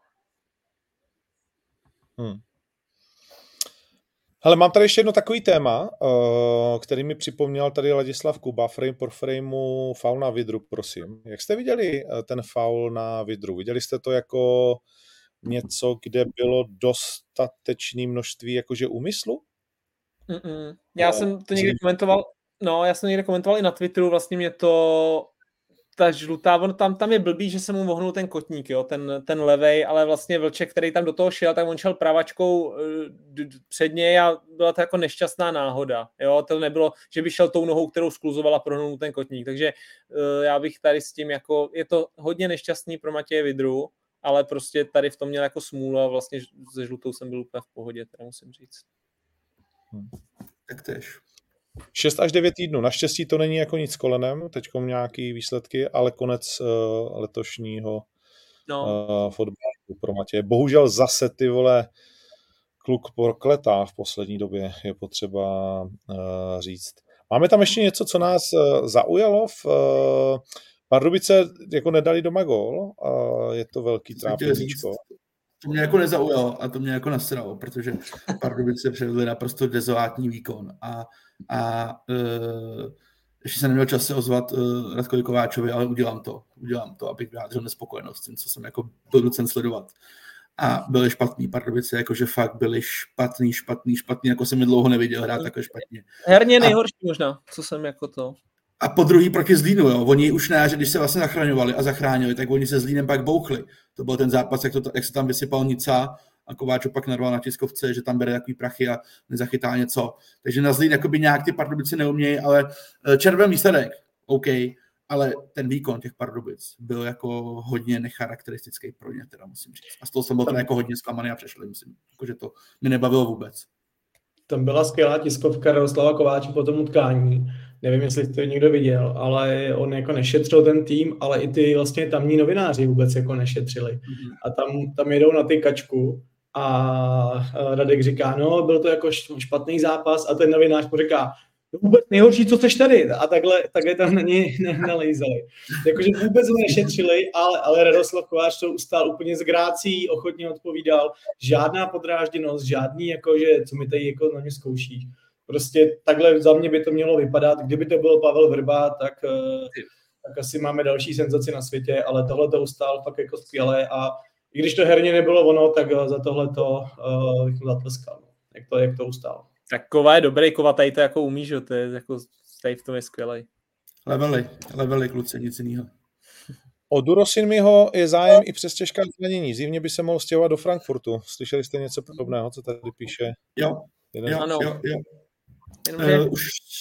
Hmm. Hele, mám tady ještě jedno takový téma, uh, který mi připomněl tady Ladislav Kuba, frame por frameu faul na Vydru, prosím. Jak jste viděli uh, ten faul na Vydru? Viděli jste to jako něco, kde bylo dostatečné množství jakože úmyslu? Mm-mm. Já no, jsem to někdy komentoval, no, já jsem někde komentoval i na Twitteru, vlastně mě to, ta žlutá, on tam, tam je blbý, že se mu vohnul ten kotník, jo, ten, ten levej, ale vlastně Vlček, který tam do toho šel, tak on šel pravačkou před něj a byla to jako nešťastná náhoda, jo, to nebylo, že by šel tou nohou, kterou skluzoval a prohnul ten kotník, takže uh, já bych tady s tím jako, je to hodně nešťastný pro Matěje Vydru, ale prostě tady v tom měl jako smůlu a vlastně se žlutou jsem byl úplně v pohodě, teda musím říct. Hmm. Tak tež. šest až devět týdnů. Naštěstí to není jako nic s kolenem, teďkom nějaký výsledky, ale konec uh, letošního no. uh, fotbalu pro Matěje. Bohužel zase ty vole kluk prokletá v poslední době, je potřeba uh, říct. Máme tam ještě něco, co nás uh, zaujalo v uh, Pardubice jako nedali doma gól a je to velký trápěníčko. To mě jako nezaujalo a to mě jako nasralo, protože Pardubice předvedli naprosto dezolátní výkon a, a uh, ještě jsem neměl čas se ozvat uh, Radkovi Kováčovi, ale udělám to. Udělám to, abych vyjádřil nespokojenost s tím, co jsem jako byl docen sledovat. A byly špatný Pardubice, jakože fakt byly špatný, špatný, špatný, jako jsem je dlouho neviděl hrát takhle špatně. Herně nejhorší a, možná, co jsem jako to. A po druhý proti Zlínu, jo. Oni už ne, že když se vlastně zachraňovali a zachránili, tak oni se Zlínem pak bouchli. To byl ten zápas, jak, to, jak se tam vysypal Nica a Kováč pak narval na tiskovce, že tam bere takový prachy a nezachytá něco. Takže na Zlín jakoby nějak ty Pardubice neumějí, ale červený výsledek, OK, ale ten výkon těch Pardubic byl jako hodně necharakteristický pro ně, teda musím říct. A z toho jsem byl teda jako hodně zklamaný a přešli, myslím, jakože to mě nebavilo vůbec. Tam byla skvělá tiskovka Jaroslava Kováče po tom utkání. Nevím, jestli to někdo viděl, ale on jako nešetřil ten tým, ale i ty vlastně tamní novináři vůbec jako nešetřili. Mm-hmm. A tam, tam jedou na ty kačku a Radek říká, no, byl to jako špatný zápas a ten novinář mu říká, vůbec nejhorší, co chceš tady. A takhle, takhle tam na něj nalejzali. Jakože vůbec ho nešetřili, ale, ale Radoslav Kováč to ustál úplně s grácí, ochotně odpovídal. Žádná podrážděnost, žádný, jakože, co mi tady jako na mě zkoušíš. Prostě takhle za mě by to mělo vypadat. Kdyby to byl Pavel Vrba, tak, tak asi máme další senzaci na světě, ale tohle to ustál fakt jako skvěle a i když to herně nebylo ono, tak za tohle to uh, zatleskal. Jak to, jak to ustál. Tak Kova je dobrý, Kova tady to jako umí, že to je jako, tady v tom je skvělej. Levely, levely kluci, nic jinýho. O Durosinmiho je zájem i přes těžká zranění. Zjevně by se mohl stěhovat do Frankfurtu. Slyšeli jste něco podobného, co tady píše? Jo, Jeden... jo, ano. jo, jo. Jenomže... Uh, už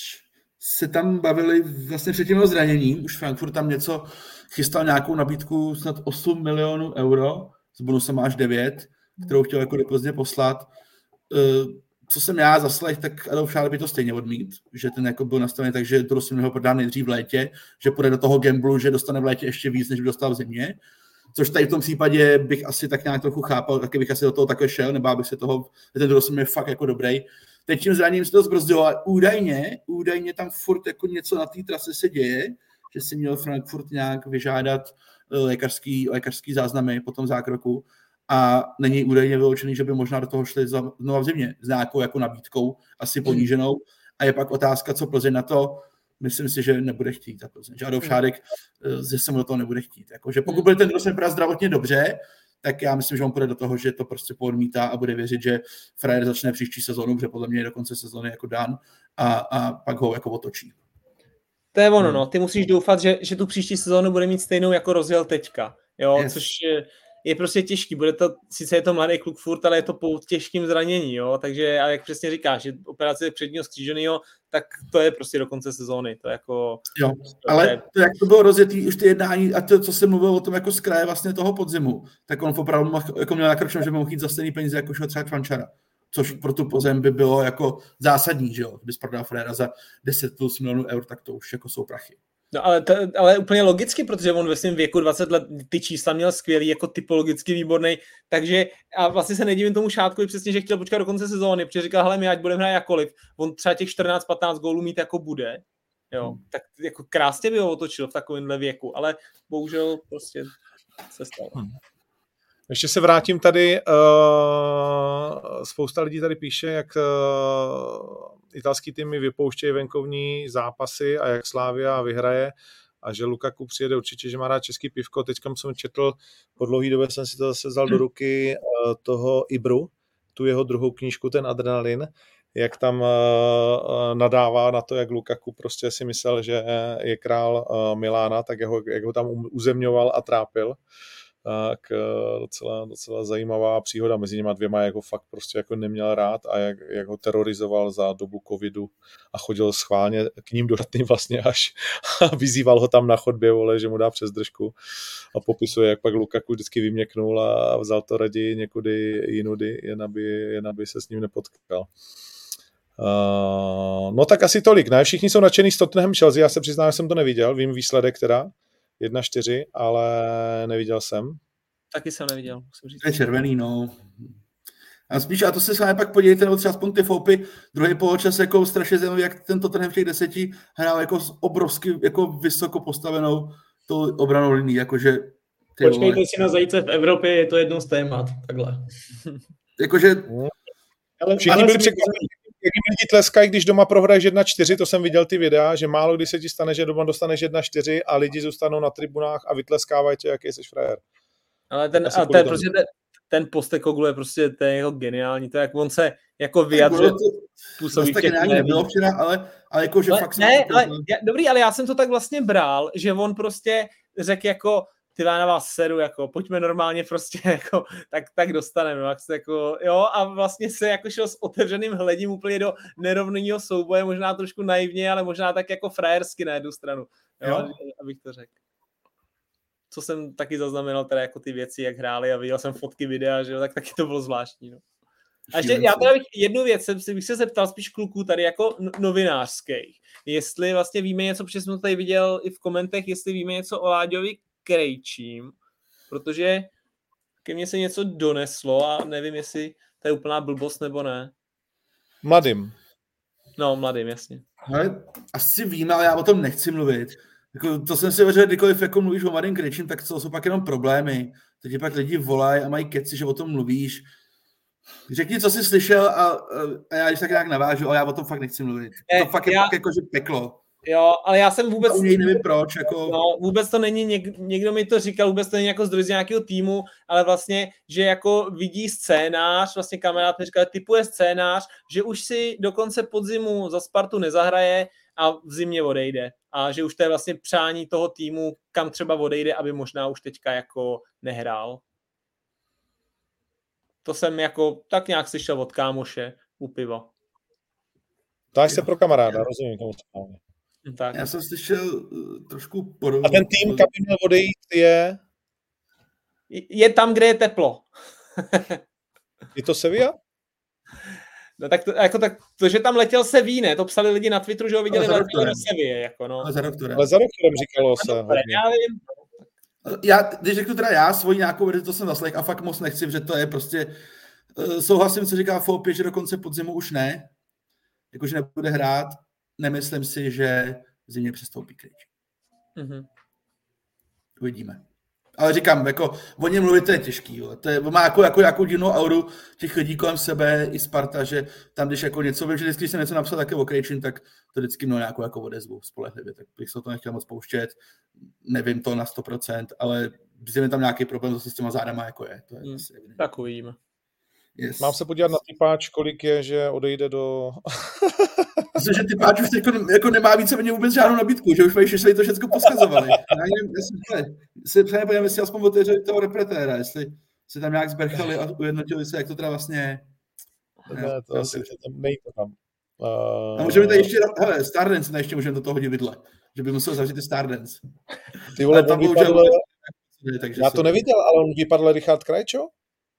se tam bavili vlastně před tím zraněním, už Frankfurt tam něco chystal nějakou nabídku snad osm milionů euro, s bonusem až devět, kterou chtěl jako depozitně poslat. Uh, co jsem já zaslech, tak Adolf Šále by to stejně odmít, že ten jako byl nastavený tak, že to ho prodá nejdřív v létě, že půjde do toho gamblu, že dostane v létě ještě víc, než by dostal v zimě. Což tady v tom případě bych asi tak nějak trochu chápal, taky bych asi do toho takhle šel, nebál bych se toho, ten Durosin je fakt jako dobrý. Teď tím zraněním se to zbrzdilo, ale údajně, údajně tam furt jako něco na té trase se děje, že si měl Frankfurt nějak vyžádat lékařský, lékařský záznamy po tom zákroku a není údajně vyloučený, že by možná do toho šli znovu v zimě s nějakou jako nabídkou, asi poníženou. A je pak otázka, co Plzeň na to, myslím si, že nebude chtít. Že Adolf Šádek že se mu do toho nebude chtít. Jako, že pokud bude ten Durosin vypadat zdravotně dobře, tak já myslím, že on půjde do toho, že to prostě podmítá a bude věřit, že frajer začne příští sezónu, protože podle mě je do konce sezóny jako dan a, a pak ho jako otočí. To je ono, no. Ty musíš doufat, že, že tu příští sezónu bude mít stejnou jako rozjel teďka. Jo, yes. Což je, je prostě těžký. Bude to, sice je to mladý kluk furt, ale je to po těžkým zranění, jo. Takže, a jak přesně říkáš, že operace předního skříženého, tak to je prostě do konce sezóny. To je jako... Jo, ale to, jak to bylo rozjetý už ty jednání a to, co jsem mluvil o tom jako z kraje vlastně toho podzimu, tak on opravdu jako měl nakročeno, že by mohl jít za stejný peníze jako šel třeba Čvančara. Což pro tu Plzeň by bylo jako zásadní, že jo. Kdybys prodal Frera za deset plus milionů eur, tak to už jako jsou prachy. No ale, to, ale úplně logicky, protože on ve svém věku dvacet let ty čísla měl skvělý, jako typologicky výborný, takže a vlastně se nedivím tomu Šátkovi přesně, že chtěl počkat do konce sezóny, protože říkal, hele, my ať budeme hrát jakkoliv, on třeba těch čtrnáct patnáct gólů mít jako bude, jo, hmm. tak jako krásně by ho otočil v takovémhle věku, ale bohužel prostě se stalo. Hmm. Ještě se vrátím tady, uh, spousta lidí tady píše, jak uh, italský týmy vypouštějí venkovní zápasy a jak Slavia vyhraje a že Lukaku přijede určitě, že má rád český pivko. Teďka jsem četl, po dlouhý době jsem si to zase vzal do ruky uh, toho Ibru, tu jeho druhou knížku, ten Adrenalin, jak tam uh, nadává na to, jak Lukaku prostě si myslel, že je král uh, Milána, tak jak ho, jak ho tam uzemňoval a trápil. Tak docela, docela zajímavá příhoda mezi něma dvěma, jak ho fakt prostě jako neměl rád a jak, jak ho terorizoval za dobu covidu a chodil schválně k ním do šatny vlastně až a vyzýval ho tam na chodbě, vole, že mu dá přes držku a popisuje, jak pak Lukaku vždycky vyměknul a vzal to raději někudy jinudy, jen aby, jen aby se s ním nepotkal. Uh, no tak asi tolik, ne? Všichni jsou nadšený z Tottenham Chelsea, já se přiznám, že jsem to neviděl, vím výsledek teda, jedna čtyři, ale neviděl jsem. Taky jsem neviděl, musím říct. To je červený, no. A spíš, a to se s vámi pak podívejte, nebo třeba aspoň ty foupy, druhý poločas jako strašně zajímavý, jak ten Tottenham v těch deseti hrál jako s obrovsky, jako vysoko postavenou tou obranou linií, jakože... Počkejte vole. Si na zajíce v Evropě, je to jedno z témat, takhle. Jakože... Všichni byli překvapení, jak jim lidi tleskají, když doma prohraješ jedna čtyři, to jsem viděl ty videa, že málo kdy se ti stane, že doma dostaneš jedna čtyři a lidi zůstanou na tribunách a vytleskávají tě, jaký jsi frajer. Ale ten, a ten, prostě ten, ten Postecoglou je prostě ten jeho geniální, to jak on se jako vyjadřuje. Působí tak geniální nebylo včera, ale, ale jako, že ale, fakt... Ne, ale, já, dobrý, ale já jsem to tak vlastně bral, že on prostě řekl jako ty na vás seru, jako, pojďme normálně prostě, jako, tak, tak dostaneme, jak se, jako, jo, a vlastně se jako šel s otevřeným hledím úplně do nerovného souboje, možná trošku naivně, ale možná tak jako frajersky na jednu stranu, jo, jo. Abych to řekl. Co jsem taky zaznamenal, teda jako ty věci, jak hráli a viděl jsem fotky, videa, že jo, tak taky to bylo zvláštní, no. A ještě, já teda bych, jednu věc jsem si, bych se zeptal spíš kluků tady jako novinářských, jestli vlastně víme něco, protože jsem to tady viděl i v komentech, jestli víme něco o Láďovi Krejčím, protože ke mně se něco doneslo a nevím, jestli to je úplná blbost nebo ne. Mladým. No, mladým, jasně. Ale asi víme, ale já o tom nechci mluvit. Jako, to jsem si věřil, kdykoliv jako mluvíš o mladým Krejčím, tak to jsou pak jenom problémy. Teď pak lidi volají a mají keci, že o tom mluvíš. Řekni, co jsi slyšel a, a já když tak nějak navážu, ale já o tom fakt nechci mluvit. To eh, fakt je já... pak jako, že peklo. Jo, ale já jsem vůbec... U něj nevím proč, jako... No, vůbec to není, něk, někdo mi to říkal, vůbec to není jako zdroj z nějakého týmu, ale vlastně, že jako vidí scénář, vlastně kamarád mi říkal, typuje scénář, že už si do konce podzimu za Spartu nezahraje a v zimě odejde. A že už to je vlastně přání toho týmu, kam třeba odejde, aby možná už teďka jako nehrál. To jsem jako tak nějak slyšel od kámoše u piva. Táž se pro kamaráda, rozumím tomu správně. Tak. Já jsem slyšel uh, trošku podobně. A ten tým, kam by měl odejít, je? Je tam, kde je teplo. Je to Sevilla? No tak to, jako tak, to, že tam letěl se ví, ne? To psali lidi na Twitteru, že ho viděli letěl do Sevilla, jako no. Ale za doktorem. Ale za doktorem říkalo se. No, já vím. Já, když řeknu teda já svoji nějakou verzi, to jsem zaslech a fakt moc nechci, že to je prostě, uh, souhlasím, co říká Foupě, že do konce podzimu už ne, jakože nebude hrát, nemyslím si, že v zimě přestoupí Krejčí. Mm-hmm. Uvidíme. Ale říkám, jako o něm mluvit, to je těžký. To je, má jako, jako, jako divnou auru těch lidí kolem sebe, i Sparta, že tam, když jako něco, vím, že vždycky, když jsem něco napsal také o Krejčím, tak to vždycky mělo nějakou jako odezvu spolehlivě, tak bych se to nechtěl moc pouštět. Nevím to na sto procent, ale je tam nějaký problém zase s těma zádama, jako je. To je hmm. asi evidentní. Tak uvidíme. Yes. Mám se podívat na typáč, kolik je, že odejde do... Myslím, že typáč už jako, jako nemá víceméně vůbec žádnou nabídku, že už mají šli to všechno poskazovali. Já nevím, jestli, jestli přemýšlím, jestli aspoň otevřeli toho repretéra, jestli se tam nějak zberchali a ujednotili se, jak to teda vlastně je. Ne, ne to asi tam nejde tam. Uh... A můžeme tady ještě, hele, Stardance ještě můžeme do toho hodit vidle, že by musel zavřít Stardance. Ty vole, tam vypadl... Takže já to neviděl, ale on vypadl Richard Krajčo?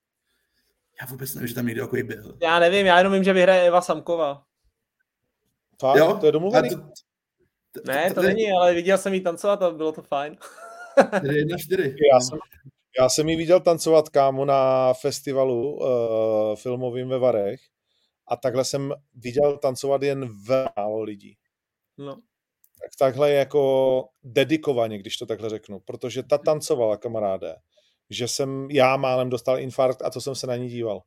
Já vůbec nevím, že tam někdo takový byl. Já nevím, já jenom vím, že vyhraje Eva Samková. Fakt? Jo? To je domluvený? To, to, to, ne, to, to není, ale viděl jsem jí tancovat a bylo to fajn. jedna čtyři. Já jsem, já jsem jí viděl tancovat, kámo, na festivalu uh, filmovým ve Varech a takhle jsem viděl tancovat jen málo lidí. No. Tak takhle jako dedikovaně, když to takhle řeknu, protože ta tancovala, kamaráde, že jsem já málem dostal infarkt a to jsem se na ní díval.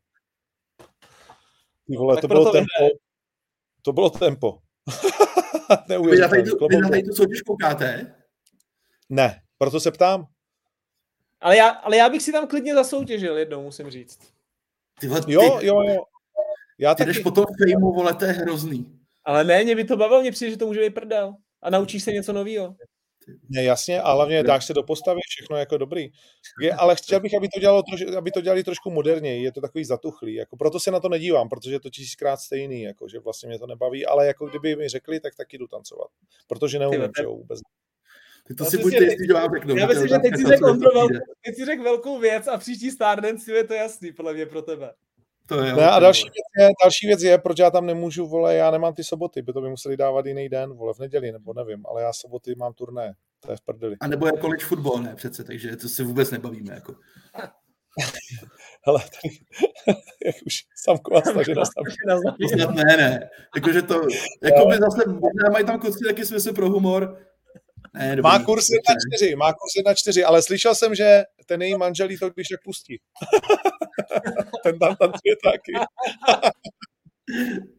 Ty vole, no, to bylo tempo. Ne. To bylo tempo. Vy na tady tu, tu soutěž koukáte? Ne, proto se ptám. Ale já, ale já bych si tam klidně zasoutěžil jednou, musím říct. Ty vole, ty, jo, jo, jo. Já ty taky... jdeš po tom fejmu, vole, to je hrozný. Ale ne, mě by to bavilo, mě přijde, že to může být prdel. A naučíš se něco nového. Ne, jasně, a hlavně dáš se do postavy, všechno jako dobrý. Je, ale chtěl bych, aby to, dělalo troš, aby to dělali trošku moderněji, je to takový zatuchlý. Jako, proto se na to nedívám, protože je to tisíckrát stejný, jako, že vlastně mě to nebaví, ale jako kdyby mi řekli, tak taky jdu tancovat. Protože neumím, že jo, vůbec. Ty to si buďte jistý, že vám řeknu. Já myslím, že teď si řekl velkou, řek velkou věc a příští Stardance je to jasný, podle mě pro tebe. To je, ne, a další věc, je, další věc je, proč já tam nemůžu, vole, já nemám ty soboty, by to by museli dávat jiný den, vole, v neděli, nebo nevím, ale já soboty mám turné, to je v prdeli. A nebo je college football, ne, přece, takže to si vůbec nebavíme, jako. Hele, tady, jak už Samková snažila snad ne, ne, jakože to, jako by zase, možná mají tam kluci taky smysl pro humor. Ne, má kurz jedna čtyři, má kurz jedna čtyři, ale slyšel jsem, že ten její manželí to když tak pustí. Ten tam tancuje taky.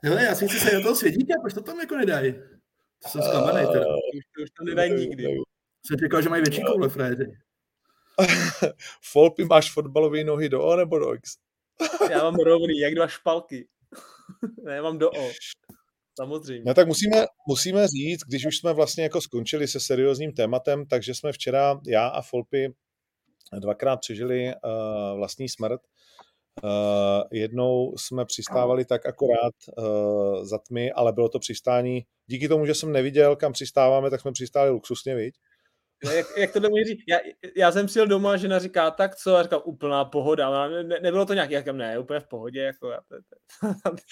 Hele, já si chci se do toho svědíka, proč to tam jako nedají? To jsem zklamanej teda. Už, už to nedají nikdy. Jsem říkal, že mají větší koule, frajeři. Folpy, máš fotbalové nohy do O nebo do X? Já mám rovný, jak dva špalky. Ne, já mám do O. Samozřejmě. No tak musíme, musíme říct, když už jsme vlastně jako skončili se seriózním tématem, takže jsme včera, já a Folpy, dvakrát přežili uh, vlastní smrt. Uh, jednou jsme přistávali tak akorát uh, za tmy, ale bylo to přistání, díky tomu, že jsem neviděl, kam přistáváme, tak jsme přistáli luxusně, viď? Jak, jak to může říct? Já, já jsem přijel doma a žena říká, tak co? A říkám, úplná pohoda. Ne, ne, nebylo to nějak, já říkám, ne, úplně v pohodě. Jako, já, to, to.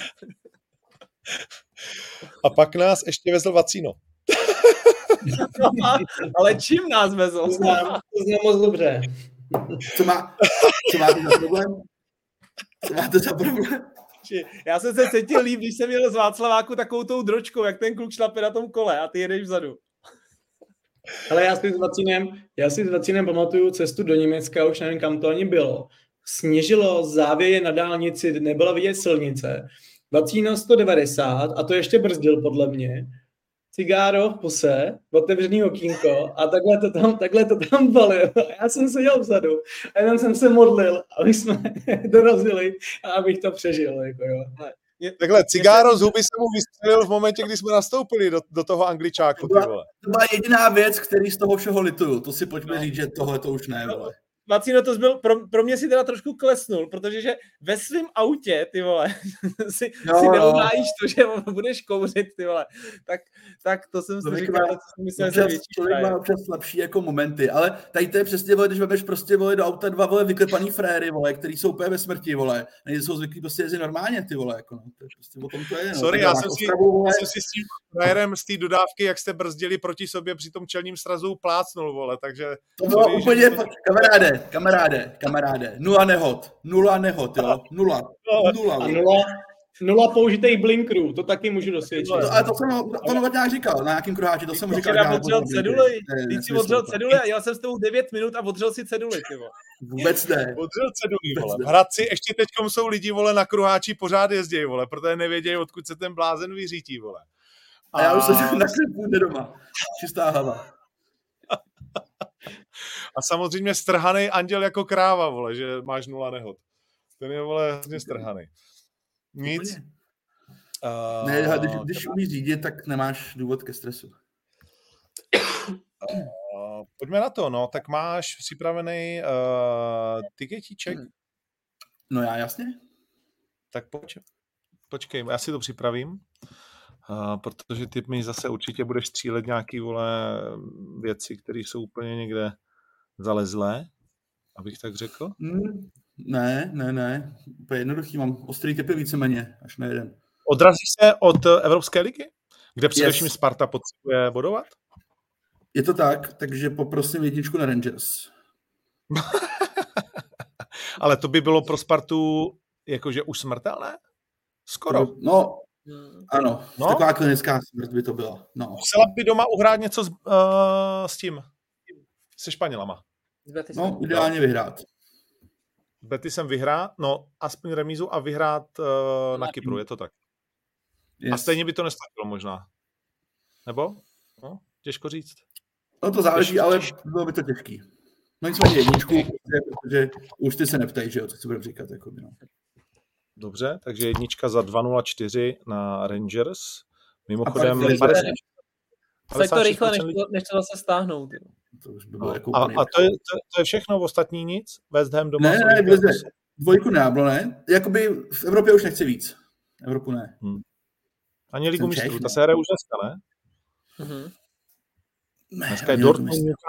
A pak nás ještě vezl Vacíno. No, ale čím nás vezl? To znám, to znám moc dobře. Co, má, co máte za problém? Co máte za problém? Já jsem se cítil líp, když jsem jel z Václaváku takovou tou dročkou, jak ten kluk šlape na tom kole a ty jedeš vzadu. Ale já si s Vacínem, já si s Vacínem pamatuju cestu do Německa, už nevím, kam to ani bylo. Sněžilo, závěje na dálnici, nebyla vidět silnice. Vacíno sto devadesát a to ještě brzdil podle mě. Cigáro v puse, otevřený okýnko a takhle to tam, takhle to tam balil. Já jsem seděl vzadu a jenom jsem se modlil, aby jsme dorazili a abych to přežil. Jako jo. Takhle, cigáro z huby se mu vystřelil v momentě, kdy jsme nastoupili do, do toho Angličáku. To byla, to byla jediná věc, který z toho všeho lituju. To si pojďme říct, že tohle to už ne, vole. Vacíno, to byl, pro, pro mě si teda trošku klesnul, protože že ve svém autě, ty vole, si, no, si no. neunájíš to, že budeš kouřit, ty vole, tak, tak to jsem si říkal, má, to jsem myslel, občas, že větší člověk má občas slabší jako momenty, ale tady to je přesně, vole, když vemeš prostě, vole, do auta dva, vole, vyklepaný fréry, vole, který jsou úplně ve smrti, vole, nejde jsou zvyklí prostě jezdit normálně, ty vole, jako, no, to je prostě o tom to je, no. Sorry, tak já jsem, si, já jsem si s tím frérem z té dodávky, jak jste brzdili proti sobě při tom čelním srazu, plácnul, vole, takže... To bylo sorry, úplně, že... kamaráde, kamaráde, kamaráde, nula nehod, nula nehod, jo, nula, nula. A nula, nula použitých blinkerů, to taky můžu dosvědčit. To, ale to jsem to Novotňák říkal, na nějakým kruháči, to jsem mu říkal. Včera odřel ceduly, ty si odřel ceduly a jel jsem s tebou devět minut a odřel si ceduly, ty vole. Vůbec ne. Odřel ceduly, vole. V Hradci ještě teďkom jsou lidi, vole, na kruháči pořád jezdějí, vole, protože nevědějí, odkud se ten blázen vyřítí, vole. A, a já už jsem na klipu doma. Čistá hlava. A samozřejmě strhanej anděl jako kráva, vole, že máš nula nehod. Ten je, vole, hrozně strhanej. Nic. Uh, ne, když, když umíš řídit, tak nemáš důvod ke stresu. Uh, pojďme na to, no. Tak máš připravený uh, tiketíček? No já, jasně. Tak pojď. Počkej, já si to připravím. Uh, protože ty mi zase určitě budeš střílet nějaký, vole, věci, které jsou úplně někde zalezlé, abych tak řekl. Mm, ne, ne, ne. Úplně jednoduchý, mám ostrý typy víceméně, až na jeden. Odrazíš se od Evropské ligy, kde především yes. Sparta potřebuje bodovat? Je to tak, takže poprosím jedničku na Rangers. Ale to by bylo pro Spartu jakože už smrtelné? Skoro. To, no, ano. No? Taková klinická smrt by to byla. No. Musela by doma uhrát něco s, uh, s tím, se Španělama. No, ideálně vyhrát. Betisem vyhrát, no aspoň remízu a vyhrát uh, na Kypru, je to tak. Yes. A stejně by to nestačilo možná. Nebo? No, těžko říct. No to záleží, těžko, ale těžko. Bylo by to těžký. No nicméně jedničku, protože už ty se neptají, že jo, co si budeme říkat. Jako, no. Dobře, takže jednička za dva nula čtyři na Rangers. Mimochodem... Saď to rychle, než to, než to zase stáhnout. To už by bylo no, jako a, a to, je, to, to je všechno, ostatní nic? West Ham doma? Ne, ne, ne, dvojku neáblo, ne? Jakoby v Evropě už nechci víc. Evropu ne. Hmm. Ani Ligu mistrů, ta se hraje už dneska, ne? Mm-hmm. Ne, dneska je Dortmund.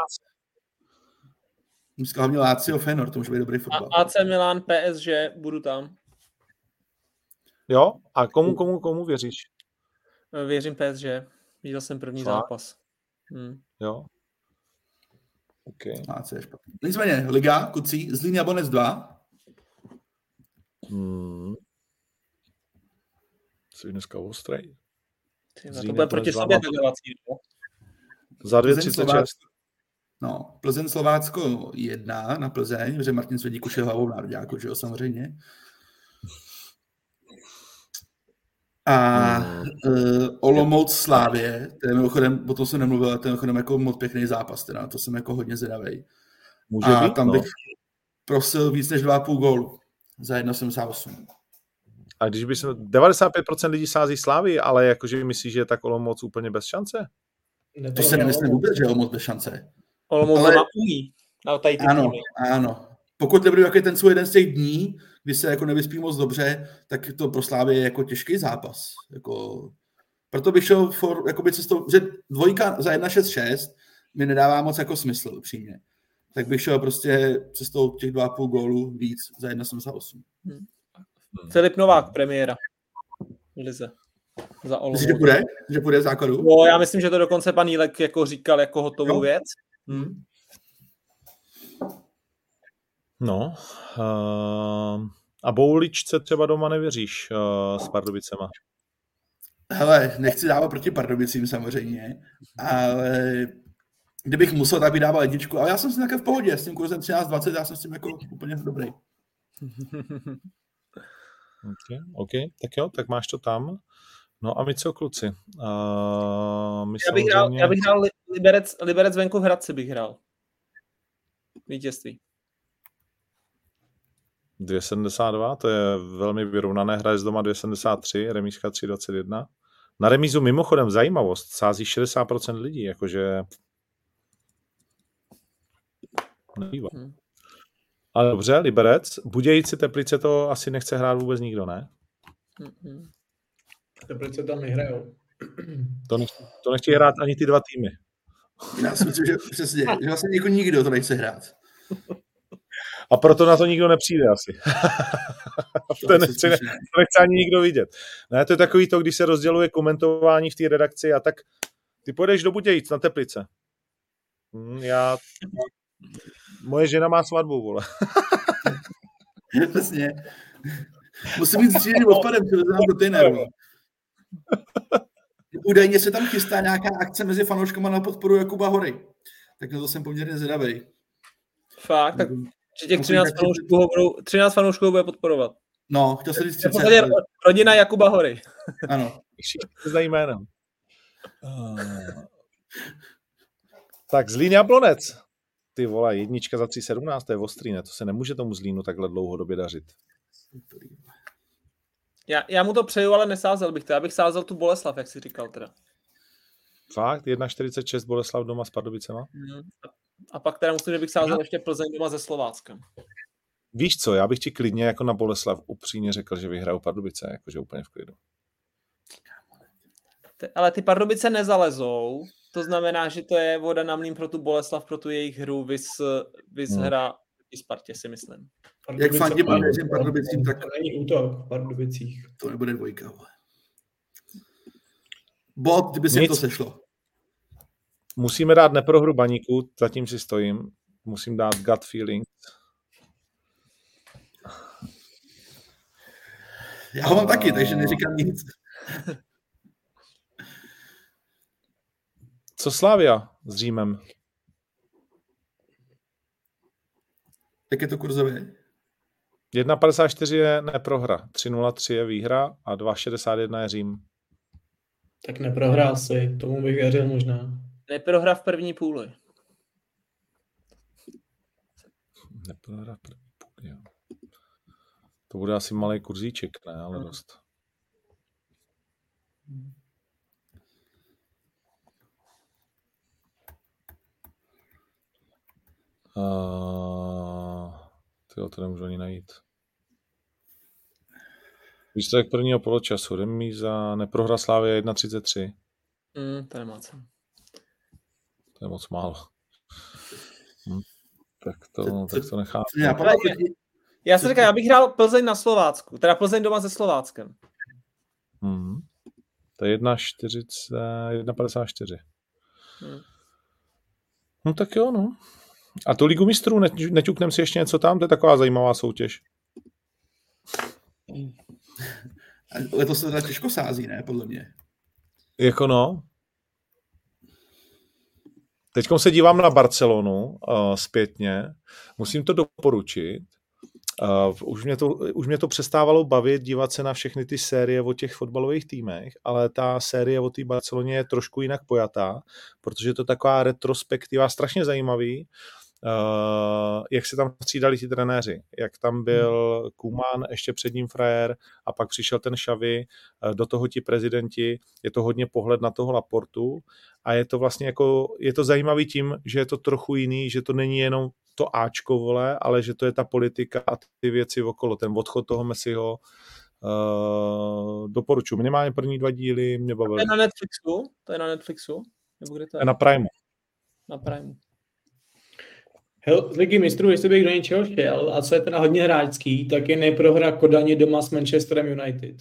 Dneska hlavně Lazio Feyenoord, to může být dobrý fotbal. A A C Milan, P S G, budu tam. Jo? A komu, komu, komu věříš? Věřím P S G. Viděl jsem první Co? zápas. Hmm. Jo. Okay. Lazio je špatný. Nicméně, Liga, kucí, Zlín Jablonec dva. Hmm. Jsi dneska ostrej. To bude proti sobě tagavací. Za dvě třicet šest. No, Plzeň Slovácko jedna na Plzeň, protože Martin Svědík už je hlavou nároďáku, že jo, samozřejmě. A uh, Olomouc Slávě, to je mimochodem, o tom jsem nemluvil, ale to je mimochodem jako moc pěkný zápas, teda, to jsem jako hodně zvědavý. Může a být, tam no. bych prosil víc než dva a půl gólu za jedna sedmdesát osm. A když by se devadesát pět procent lidí sází Slávy, ale jakože myslíš, že je tak Olomouc úplně bez šance? To se nemyslím vůbec, že je Olomouc bez šance. Olomouc ale... má umí. Na tady ty ano, týmy. ano. Pokud nebudu jako ten svůj jeden z těch dní, kdy se jako nevyspí moc dobře, tak to pro Slávy je jako těžký zápas. Jako... Proto bych šel for, jakoby cestou, že dvojka za jedna šest šest mi nedává moc jako smysl, upřímně. Tak bych šel prostě cestou těch dva a půl gólů víc za jedna sedmdesát osm. Hmm. Filip Novák, premiéra. Lize. Za Olomouc. Myslíš, že půjde? Že půjde v základu? No, já myslím, že to dokonce pan Jílek jako říkal jako hotovou no. věc. Hmm. No. Uh, a Bouličce třeba doma nevěříš uh, s Pardubicema? Hele, nechci dávat proti Pardubicím samozřejmě, ale kdybych musel, tak bych dával jedničku. Ale já jsem si také v pohodě, s tím kurzem třináct dvacet, já jsem s tím jako úplně dobrý. Okay, OK, tak jo, tak máš to tam. No a my co, kluci? Uh, my já, bych samozřejmě... hrál, já bych hrál Liberec, Liberec venku v Hradci bych hrál. Vítězství. dvě sedmdesát dva, to je velmi vyrovnané, hraje z doma dvě sedmdesát tři, remízka tři dvacet jedna. Na remízu mimochodem zajímavost, sází šedesát procent lidí, jakože nebývá. Hmm. Ale dobře, Liberec, Budějici, Teplice to asi nechce hrát vůbec nikdo, ne? Hmm. Teplice tam nehrajou. To, nech, to nechci hrát ani ty dva týmy. Já si myslím, že přesně, že vlastně jako nikdo to nechce hrát. A proto na to nikdo nepřijde asi. to, nechce, ne, to nechce ani nikdo vidět. Ne, to je takový to, když se rozděluje komentování v té redakci a tak ty půjdeš do Budějic na Teplice. Hm, já... Moje žena má svatbu, vole. Přesně. Musím mít střížený odpadem, že to do Tyneru. Údajně se tam chystá nějaká akce mezi fanouškama na podporu Jakuba Hory. Tak na to jsem poměrně zvědavý. Fakt? Tak že těch třináct fanoušků, budou, třináct fanoušků bude podporovat. No, chtěl jsem říct třicet. Rodina Jakuba Hory. Ano. Všichni znají jménem. Uh, tak Zlín Jablonec. Ty vole, jednička za tři sedmnáct, to je ostrý, ne? To se nemůže tomu Zlínu takhle dlouhodobě dařit. Já, já mu to přeju, ale nesázel bych to. Já bych sázel tu Boleslav, jak jsi říkal teda. Fakt? jedna čtyřicet šest Boleslav doma s Pardubicema? Hmm. A pak teda musím, že bych sázel no. ještě Plzeň doma se Slováckem. Víš co, já bych ti klidně jako na Boleslav upřímně řekl, že vyhraju Pardubice, jakože úplně v klidu. Ale ty Pardubice nezalezou, to znamená, že to je voda na mlýn pro tu Boleslav, pro tu jejich hru, vys, vys hmm. hra i Spartě, si myslím. Jak fandím a věřím Pardubicím, tak to není útok v Pardubicích. To nebude dvojka. Bod, kdyby se to sešlo. Musíme dát neprohru Baníku, zatím si stojím. Musím dát gut feeling. Já ho mám taky, takže neříkám nic. Co Slavia s Římem? Jak je to kurzově? jedna padesát čtyři je neprohra, tři nula tři je výhra a dva šedesát jedna je Řím. Tak neprohrál si, tomu bych věřil možná. Neprohra v první půli. Neprohra v první půli, jo. To bude asi malý kurzíček, ne, ale dost. Uh, tyjo, to nemůžu ani najít. Výsledek prvního poločasu. Remíza, neprohra Slávie jedna třicet tři. Mm, to nemá cenu. To je moc málo. Hm. Tak to, tak to necháme. Já si říkám, já bych hrál Plzeň na Slovácku. Teda Plzeň doma se Slováckem. Hmm. To je jedna čtyřicet, jedna padesát čtyři. Hmm. No tak jo, no. A tu Ligu mistrů, neťuknem si ještě něco tam? To je taková zajímavá soutěž. Letos se teda těžko sází, ne? Podle mě. Jako no. Teďkom se dívám na Barcelonu uh, zpětně. Musím to doporučit. Uh, už, mě to, už mě to přestávalo bavit, dívat se na všechny ty série o těch fotbalových týmech, ale ta série o té Barceloně je trošku jinak pojatá, protože je to taková retrospektiva, strašně zajímavý, uh, jak se tam střídali ti trenéři, jak tam byl Koeman, ještě před ním frajer, a pak přišel ten Xavi, uh, do toho ti prezidenti, je to hodně pohled na toho Laportu a je to vlastně jako, je to zajímavý tím, že je to trochu jiný, že to není jenom to Ačko, vole, ale že to je ta politika a ty věci okolo, ten odchod toho Messiho. Uh, doporučuji. Minimálně první dva díly mě bavily. To je na Netflixu? To je na Netflixu? Nebo kde to je? Na Primeu. Na Primeu. Hel, z Ligy mistrů, jestli bych do něčeho šel, a co je teda hodně hráčský, tak je neprohra Kodani doma s Manchesterem United.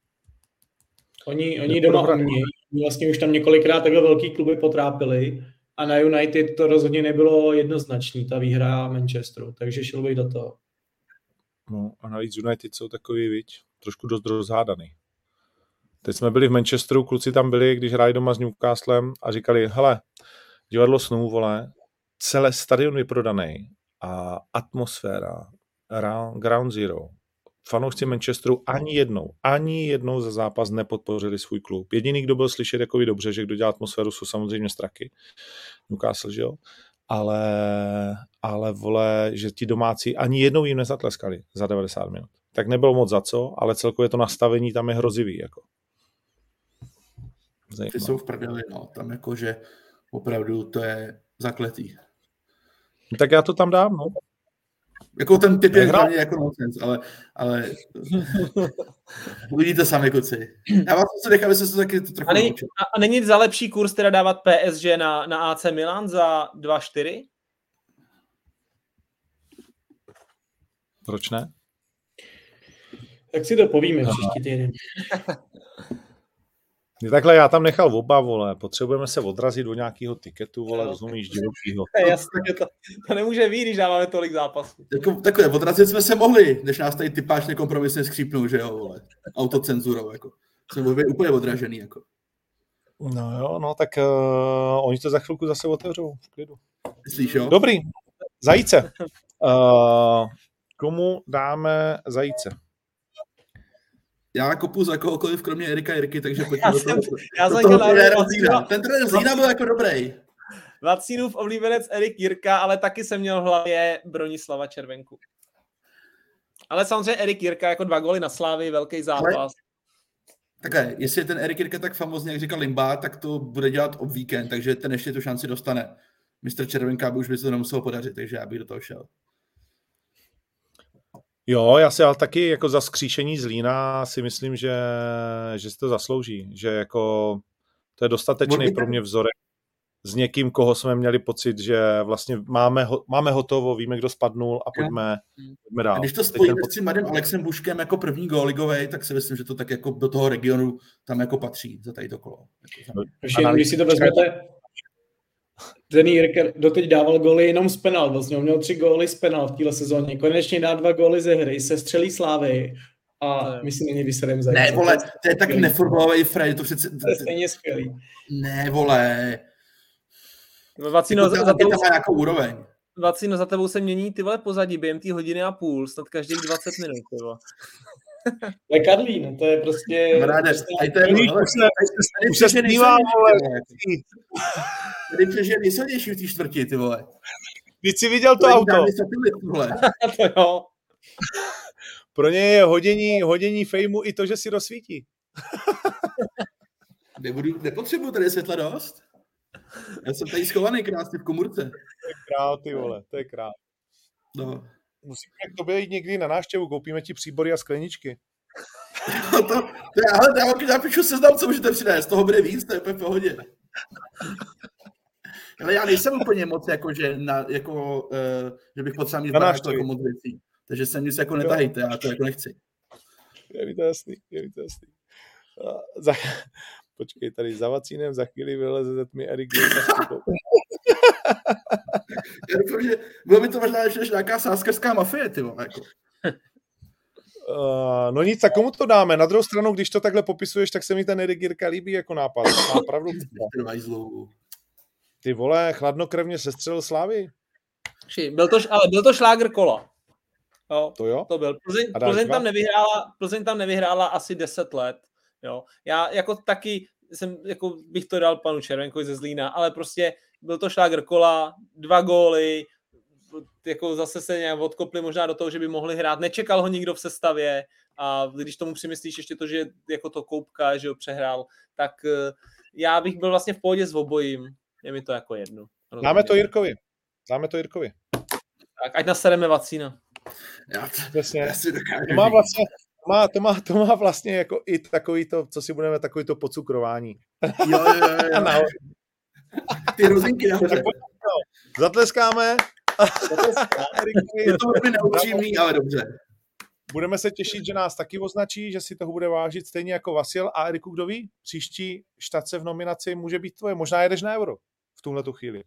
Oni, oni doma umějí. Vlastně už tam několikrát takhle velký kluby potrápili a na United to rozhodně nebylo jednoznačný, ta výhra Manchesteru, takže šel bych do toho. No a navíc United jsou takový, viď, trošku dost rozhádaný. Teď jsme byli v Manchesteru, kluci tam byli, když hráli doma s Newcastlem a říkali, hele, divadlo snů, vole, celý stadion vyprodaný a atmosféra, Ground Zero. Fanoušci Manchesteru ani jednou, ani jednou za zápas nepodpořili svůj klub. Jediný, kdo byl slyšet jako dobře, že kdo dělá atmosféru, jsou samozřejmě Straky. Newcastle, že jo? Ale, ale vole, že ti domácí ani jednou jim nezatleskali za devadesát minut. Tak nebylo moc za co, ale celkově to nastavení tam je hrozivý. Jako. Ty jsou v prdeli, no. Tam jakože opravdu to je zakletý. Tak já to tam dám, no. Jako ten typ je hlavně jako nonsense, ale, ale uvidíte sami, kluci. Já vás se nechám, se to taky trochu a není, a, a není za lepší kurz teda dávat P S G na, na A C Milan za dva čtyři? Proč ne? Tak si to povíme příští týden. Takhle já tam nechal oba, vole, potřebujeme se odrazit do nějakého tiketu, vole, rozumíš, divokýho. Jasně, to, to nemůže být, když dáváme tolik zápasů. Jako, takhle, odrazit jsme se mohli, než nás tady typáč nekompromisně skřípnul, že jo, vole, autocenzurou, jako. Jsme byli úplně odražený, jako. No jo, no tak uh, oni to za chvilku zase otevřou, v klidu. Myslíš, jo? Dobrý, zajíce. Uh, komu dáme zajíce? Já kopu za kohokoliv, kromě Erika Jirky, takže pojďme do toho. Já do toho trenéra Zína. Ten trenér Zína byl jako dobrý. Vacínův oblíbenec Erik Jirka, ale taky jsem měl v hlavě Bronislava Červenku. Ale samozřejmě Erik Jirka jako dva góly na Slávii, velký zápas. Takhle, jestli je ten Erik Jirka tak famózní, jak říkal Limba, tak to bude dělat ob víkend, takže ten ještě tu šanci dostane. mistr Červenka by už by se to nemuselo podařit, takže já bych do toho šel. Jo, já si ale taky jako za skříšení Zlína si myslím, že, že si to zaslouží, že jako to je dostatečný pro mě vzorek s někým, koho jsme měli pocit, že vlastně máme, máme hotovo, víme, kdo spadnul a pojďme, pojďme dál. A když to spojíme s tím Madem Alexem Buškem jako první góligovej, tak si myslím, že to tak jako do toho regionu tam jako patří za tady to kolo. Jako když si to vezmete, ten Jirka doteď dával góly jenom z penalt, vlastně on měl tři góly z penalt v téhle sezóně, konečně dá dva góly ze hry, se střelí Slávy a my si není vyserem za. Ne, vole, to je tak nefotbalový Fred, to přece... To je stejně skvělý. Ne, vole. Vacino, za, za tebou, má nějakou úroveň. Vacino, za tebou se mění ty vole pozadí během té hodiny a půl, snad každých dvacet minut. Tyvo. To je Karlín, to je prostě... Kamaráde, tady to je... Už se snívá, vole. Tady přežije nejsilnější v té čtvrti, ty vole. Když jsi viděl to auto. To jo. Pro ně je hodění, hodění fejmu i to, že si rozsvítí. Nebudu, nepotřebuji tady světla dost. Já jsem tady schovaný krásně v komůrce. To je král, ty vole, to je král. No. Musíme k tobě jít někdy na návštěvu, koupíme ti příbory a skleničky. No to, to já, ale já napíšu seznam, co můžete přinést, toho bude víc, to je v pohodě. Ale já nejsem úplně moc, jako, že, na, jako, uh, že bych potřeboval mít baráku jako moc věcí. Takže jsem nic jako netahejte, já to jako nechci. Je mi to jasný, je mi to jasný. Za, počkej, tady za Vacínem za chvíli vyleze ze tmy Erik Jirka. Já doufám, že bylo by to možná ještě nějaká sáskařská mafie, ty vole, jako. Uh, no nic, tak komu to dáme? Na druhou stranu, když to takhle popisuješ, tak se mi ten Erik Jirka líbí jako nápad. Má pravdu. Ty vole, chladnokrevně sestřelil Slávy. Byl to, ale byl to šlágr kola. Jo, To jo? to byl. Plzeň, A další Plzeň, dva? tam nevyhrála, Plzeň tam nevyhrála asi deset let. Jo. Já jako taky jsem, jako bych to dal panu Červenkovi ze Zlína, ale prostě byl to šlágr kola, dva góly, jako zase se nějak odkopli možná do toho, že by mohli hrát. Nečekal ho nikdo v sestavě a když tomu přimyslíš ještě to, že jako to Koupka, že ho přehrál, tak já bych byl vlastně v pohodě s obojím. Je mi to jako jedno. Dáme to Jirkovi. Dáme to Jirkovi. Tak ať nasereme Vacína. Já, to, Přesně. já si dokážu To má říct. vlastně, to má, to, má, to má vlastně jako i takový to, co si budeme, takový to pocukrování. Jo, jo, jo, jo. Nahoře. Ty rozinky nahoře. Tak pojď, no. Zatleskáme. Je to úplně neupřímný, ale dobře. Budeme se těšit, že nás taky označí, že si toho bude vážit stejně jako Vasil. A Eriku, kdo ví? Příští štace v nominaci může být tvoje. Možná jedeš na Euro v tuhletu chvíli.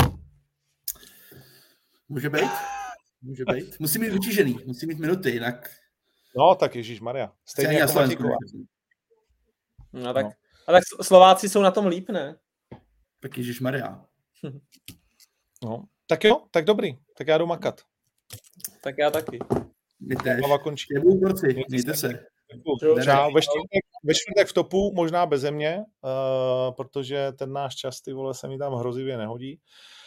Může být? Může být. Musí mít vytížený, musí mít minuty, jinak... No, tak ježišmaria. Stejně Stejně jako Matíková. No, tak, No. a tak Slováci jsou na tom líp, ne? Tak ježišmarja. No. Tak jo, tak dobrý. Tak já jdu makat. Tak já taky. My tež. Hlava končí. Je byl borci, mějte se. Čau. Ve čtvrtek, ve čtvrtek v topu, možná beze mě, uh, protože ten náš čas, ty vole, se mi tam hrozivě nehodí.